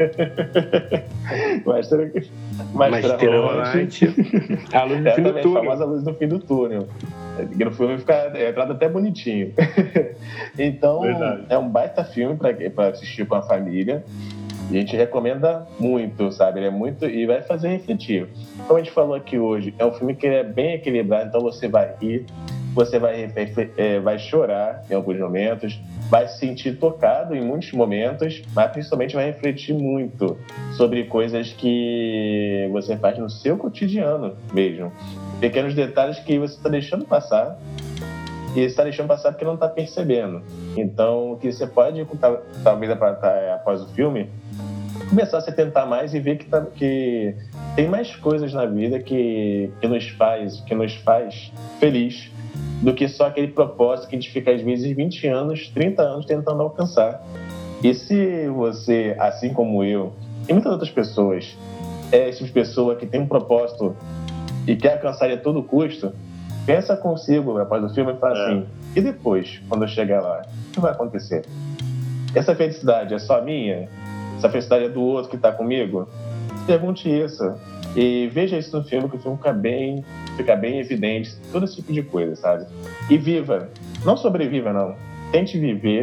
uma esteira rolante. A luz do fim do túnel. A famosa luz do fim do túnel. Que no filme fica até bonitinho. Então, verdade. É um baita filme para assistir com a família. E a gente recomenda muito, sabe? Ele é muito... E vai fazer refletir. Como a gente falou aqui hoje, é um filme que é bem equilibrado, então você vai rir, você vai chorar em alguns momentos, vai se sentir tocado em muitos momentos, mas principalmente vai refletir muito sobre coisas que você faz no seu cotidiano mesmo. Pequenos detalhes que você está deixando passar, e está deixando passar porque não está percebendo. Então, que você pode, talvez após o filme, começar a se tentar mais e ver que tem mais coisas na vida que nos faz feliz do que só aquele propósito que a gente fica, às vezes, 20 anos, 30 anos tentando alcançar. E se você, assim como eu, e muitas outras pessoas, é esse tipo de pessoa que tem um propósito e quer alcançar ele a todo custo, pensa consigo após o filme e fala assim, e depois, quando eu chegar lá, o que vai acontecer? Essa felicidade é só minha? Essa felicidade é do outro que está comigo? Pergunte isso. E veja isso no filme, que o filme fica bem evidente, todo esse tipo de coisa, sabe? E viva. Não sobreviva, não. Tente viver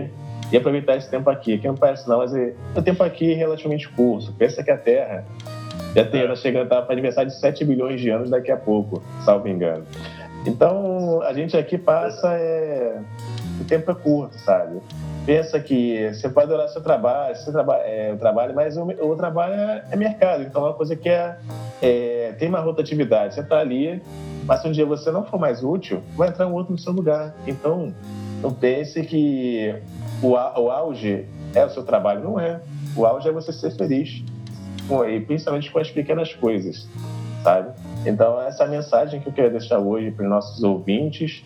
e aproveitar esse tempo aqui, que não parece não, mas o tempo aqui é relativamente curto. Pensa que a Terra já chega para aniversário de 7 bilhões de anos daqui a pouco, salvo engano. Então, a gente aqui passa, o tempo é curto, sabe? Pensa que você pode adorar seu trabalho, o trabalho, mas o trabalho é mercado, então é uma coisa que tem uma rotatividade. Você está ali, mas se um dia você não for mais útil, vai entrar um outro no seu lugar. Então, não pense que o auge é o seu trabalho, não é. O auge é você ser feliz, e principalmente com as pequenas coisas, sabe? Então, essa é a mensagem que eu quero deixar hoje para os nossos ouvintes.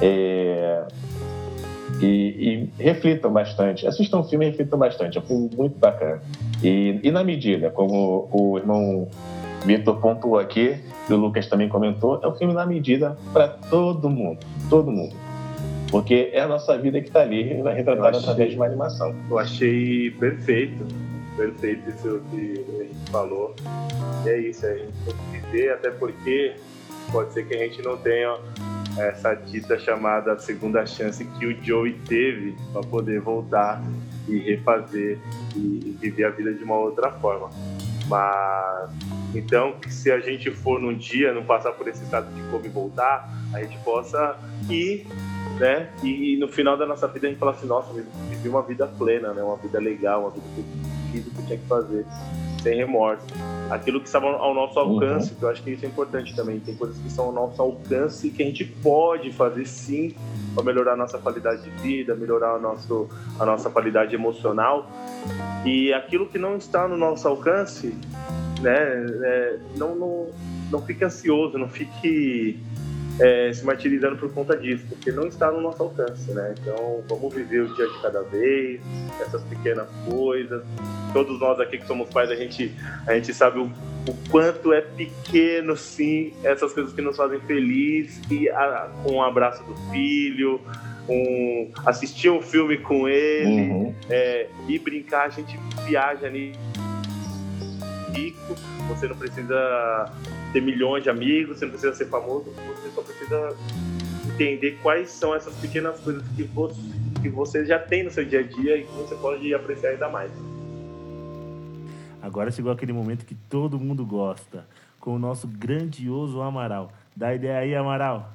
E reflitam bastante. Assistam o filme e reflitam bastante. É um filme muito bacana. E na medida, como o irmão Vitor pontuou aqui, e o Lucas também comentou, é um filme na medida para todo mundo. Todo mundo. Porque é a nossa vida que está ali, retratada através de uma animação. Eu achei perfeito isso que a gente falou. E é isso, a gente tem que viver, até porque pode ser que a gente não tenha essa dita chamada segunda chance que o Joey teve para poder voltar e refazer e viver a vida de uma outra forma. Mas então, se a gente for num dia, não passar por esse estado de como e voltar, a gente possa ir, né? E no final da nossa vida a gente fala assim, nossa, eu vivi uma vida plena, né? Uma vida legal, uma vida que eu fiz o que eu tinha que fazer, sem remorso. Aquilo que estava ao nosso alcance, que eu acho que isso é importante também. Tem coisas que são ao nosso alcance e que a gente pode fazer sim para melhorar a nossa qualidade de vida, melhorar a nossa qualidade emocional. E aquilo que não está no nosso alcance, né, não fique ansioso, não fique se martirizando por conta disso, porque não está no nosso alcance, né? Então, vamos viver o dia de cada vez, essas pequenas coisas. Todos nós aqui que somos pais, a gente sabe o quanto é pequeno, sim, essas coisas que nos fazem feliz, e com um abraço do filho, assistir um filme com ele, e brincar, a gente viaja ali. Rico, você não precisa ter milhões de amigos, você não precisa ser famoso, você só precisa entender quais são essas pequenas coisas que você já tem no seu dia a dia e que você pode apreciar ainda mais. Agora chegou aquele momento que todo mundo gosta, com o nosso grandioso Amaral. Dá ideia aí, Amaral.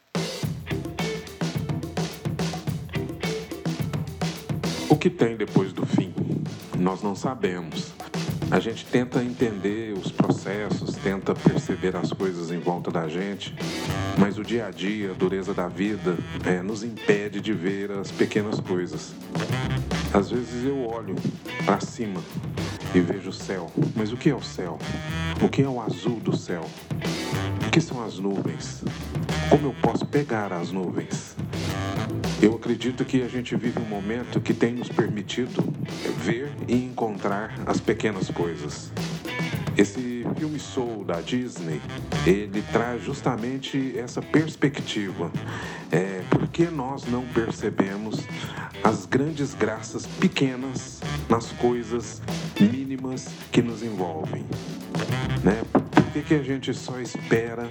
O que tem depois do fim? Nós não sabemos. A gente tenta entender os processos, tenta perceber as coisas em volta da gente, mas o dia a dia, a dureza da vida, nos impede de ver as pequenas coisas. Às vezes eu olho para cima e vejo o céu, mas o que é o céu? O que é o azul do céu? O que são as nuvens? Como eu posso pegar as nuvens? Eu acredito que a gente vive um momento que tem nos permitido ver e encontrar as pequenas coisas. Esse filme Soul da Disney, ele traz justamente essa perspectiva. Por que nós não percebemos as grandes graças pequenas nas coisas mínimas que nos envolvem? Né? Por que a gente só espera?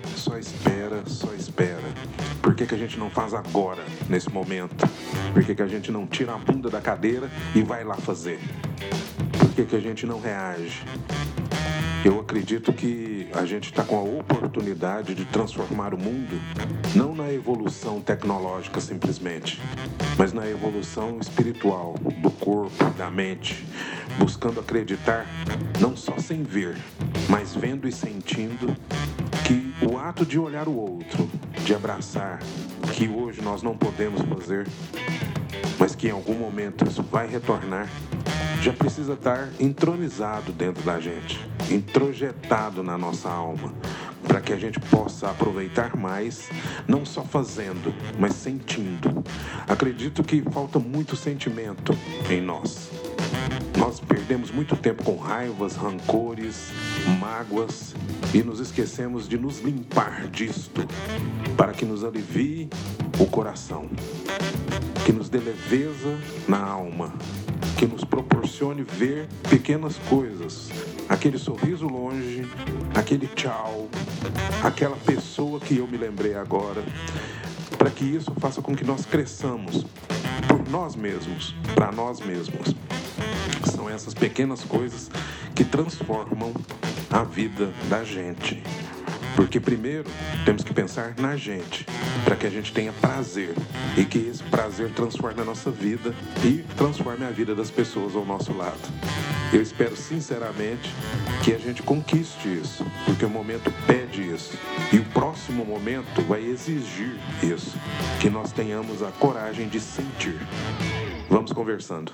Por que a gente não faz agora, nesse momento? Por que a gente não tira a bunda da cadeira e vai lá fazer? Por que a gente não reage? Eu acredito que a gente está com a oportunidade de transformar o mundo, não na evolução tecnológica simplesmente, mas na evolução espiritual, do corpo, da mente, buscando acreditar, não só sem ver, mas vendo e sentindo que o ato de olhar o outro, de abraçar, que hoje nós não podemos fazer, mas que em algum momento isso vai retornar, já precisa estar entronizado dentro da gente, introjetado na nossa alma, para que a gente possa aproveitar mais, não só fazendo, mas sentindo. Acredito que falta muito sentimento em nós. Nós perdemos muito tempo com raivas, rancores, mágoas e nos esquecemos de nos limpar disto, para que nos alivie o coração, que nos dê leveza na alma, que nos proporcione ver pequenas coisas, aquele sorriso longe, aquele tchau, aquela pessoa que eu me lembrei agora, para que isso faça com que nós cresçamos por nós mesmos, para nós mesmos. São essas pequenas coisas que transformam a vida da gente. Porque primeiro temos que pensar na gente, para que a gente tenha prazer e que esse prazer transforme a nossa vida e transforme a vida das pessoas ao nosso lado. Eu espero sinceramente que a gente conquiste isso, porque o momento pede isso e o próximo momento vai exigir isso, que nós tenhamos a coragem de sentir. Vamos conversando.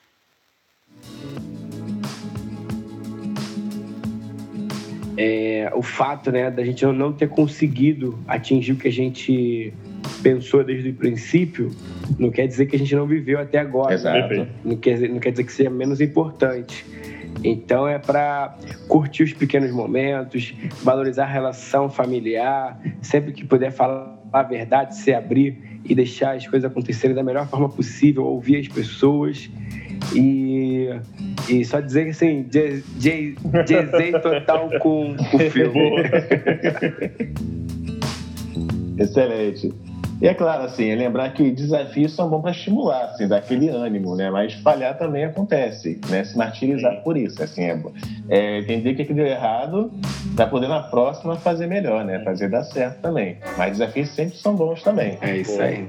O fato, né, da gente não ter conseguido atingir o que a gente pensou desde o princípio, não quer dizer que a gente não viveu até agora. Exato. Né? Não quer dizer que seja menos importante. Então é para curtir os pequenos momentos, valorizar a relação familiar, sempre que puder falar a verdade, se abrir e deixar as coisas acontecerem da melhor forma possível, ouvir as pessoas e só dizer que assim, jazei total com o filme. Excelente. E é claro, assim, é lembrar que desafios são bons para estimular, assim, dar aquele ânimo, né? Mas falhar também acontece, né? Se martirizar por isso, assim, entender que deu errado para poder na próxima fazer melhor, né? Fazer dar certo também. Mas desafios sempre são bons também. É isso aí.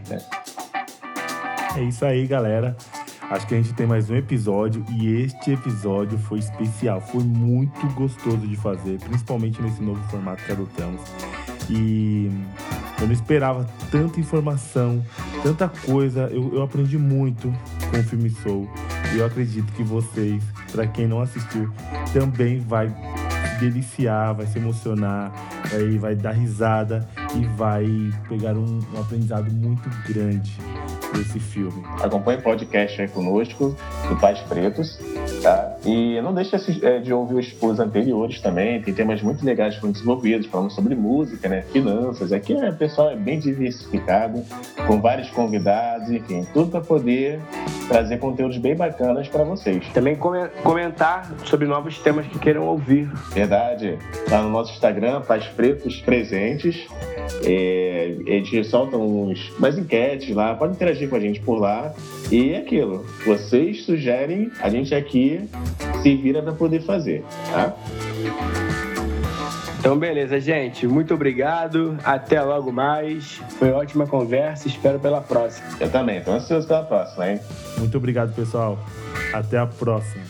É isso aí, galera. Acho que a gente tem mais um episódio e este episódio foi especial. Foi muito gostoso de fazer, principalmente nesse novo formato que adotamos. E eu não esperava tanta informação, tanta coisa. Eu aprendi muito com o filme Soul. E eu acredito que vocês, para quem não assistiu, também vai se deliciar, vai se emocionar, vai dar risada e vai pegar um aprendizado muito grande desse filme. Acompanhe o podcast aí conosco, do Pais Pretos, tá? E não deixe de ouvir os anteriores também, tem temas muito legais que foram desenvolvidos, falando sobre música, né? Finanças, aqui o pessoal é bem diversificado, com vários convidados, enfim, tudo para poder trazer conteúdos bem bacanas para vocês. Também comentar sobre novos temas que queiram ouvir. Verdade. Lá no nosso Instagram, Pais Pretos Presentes, a gente solta umas enquetes lá, pode interagir com a gente por lá. E é aquilo, vocês sugerem, a gente aqui se vira para poder fazer, tá? Então, beleza, gente. Muito obrigado. Até logo mais. Foi ótima conversa. Espero pela próxima. Eu também, tô ansioso pela próxima, hein? Muito obrigado, pessoal. Até a próxima.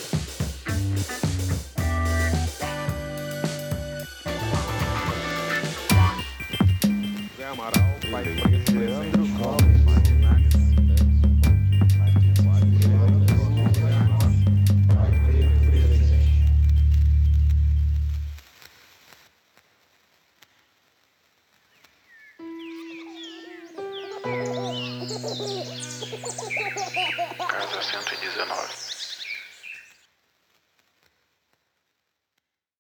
Zé Amaral, Pai Preto, Leandro Casa 119.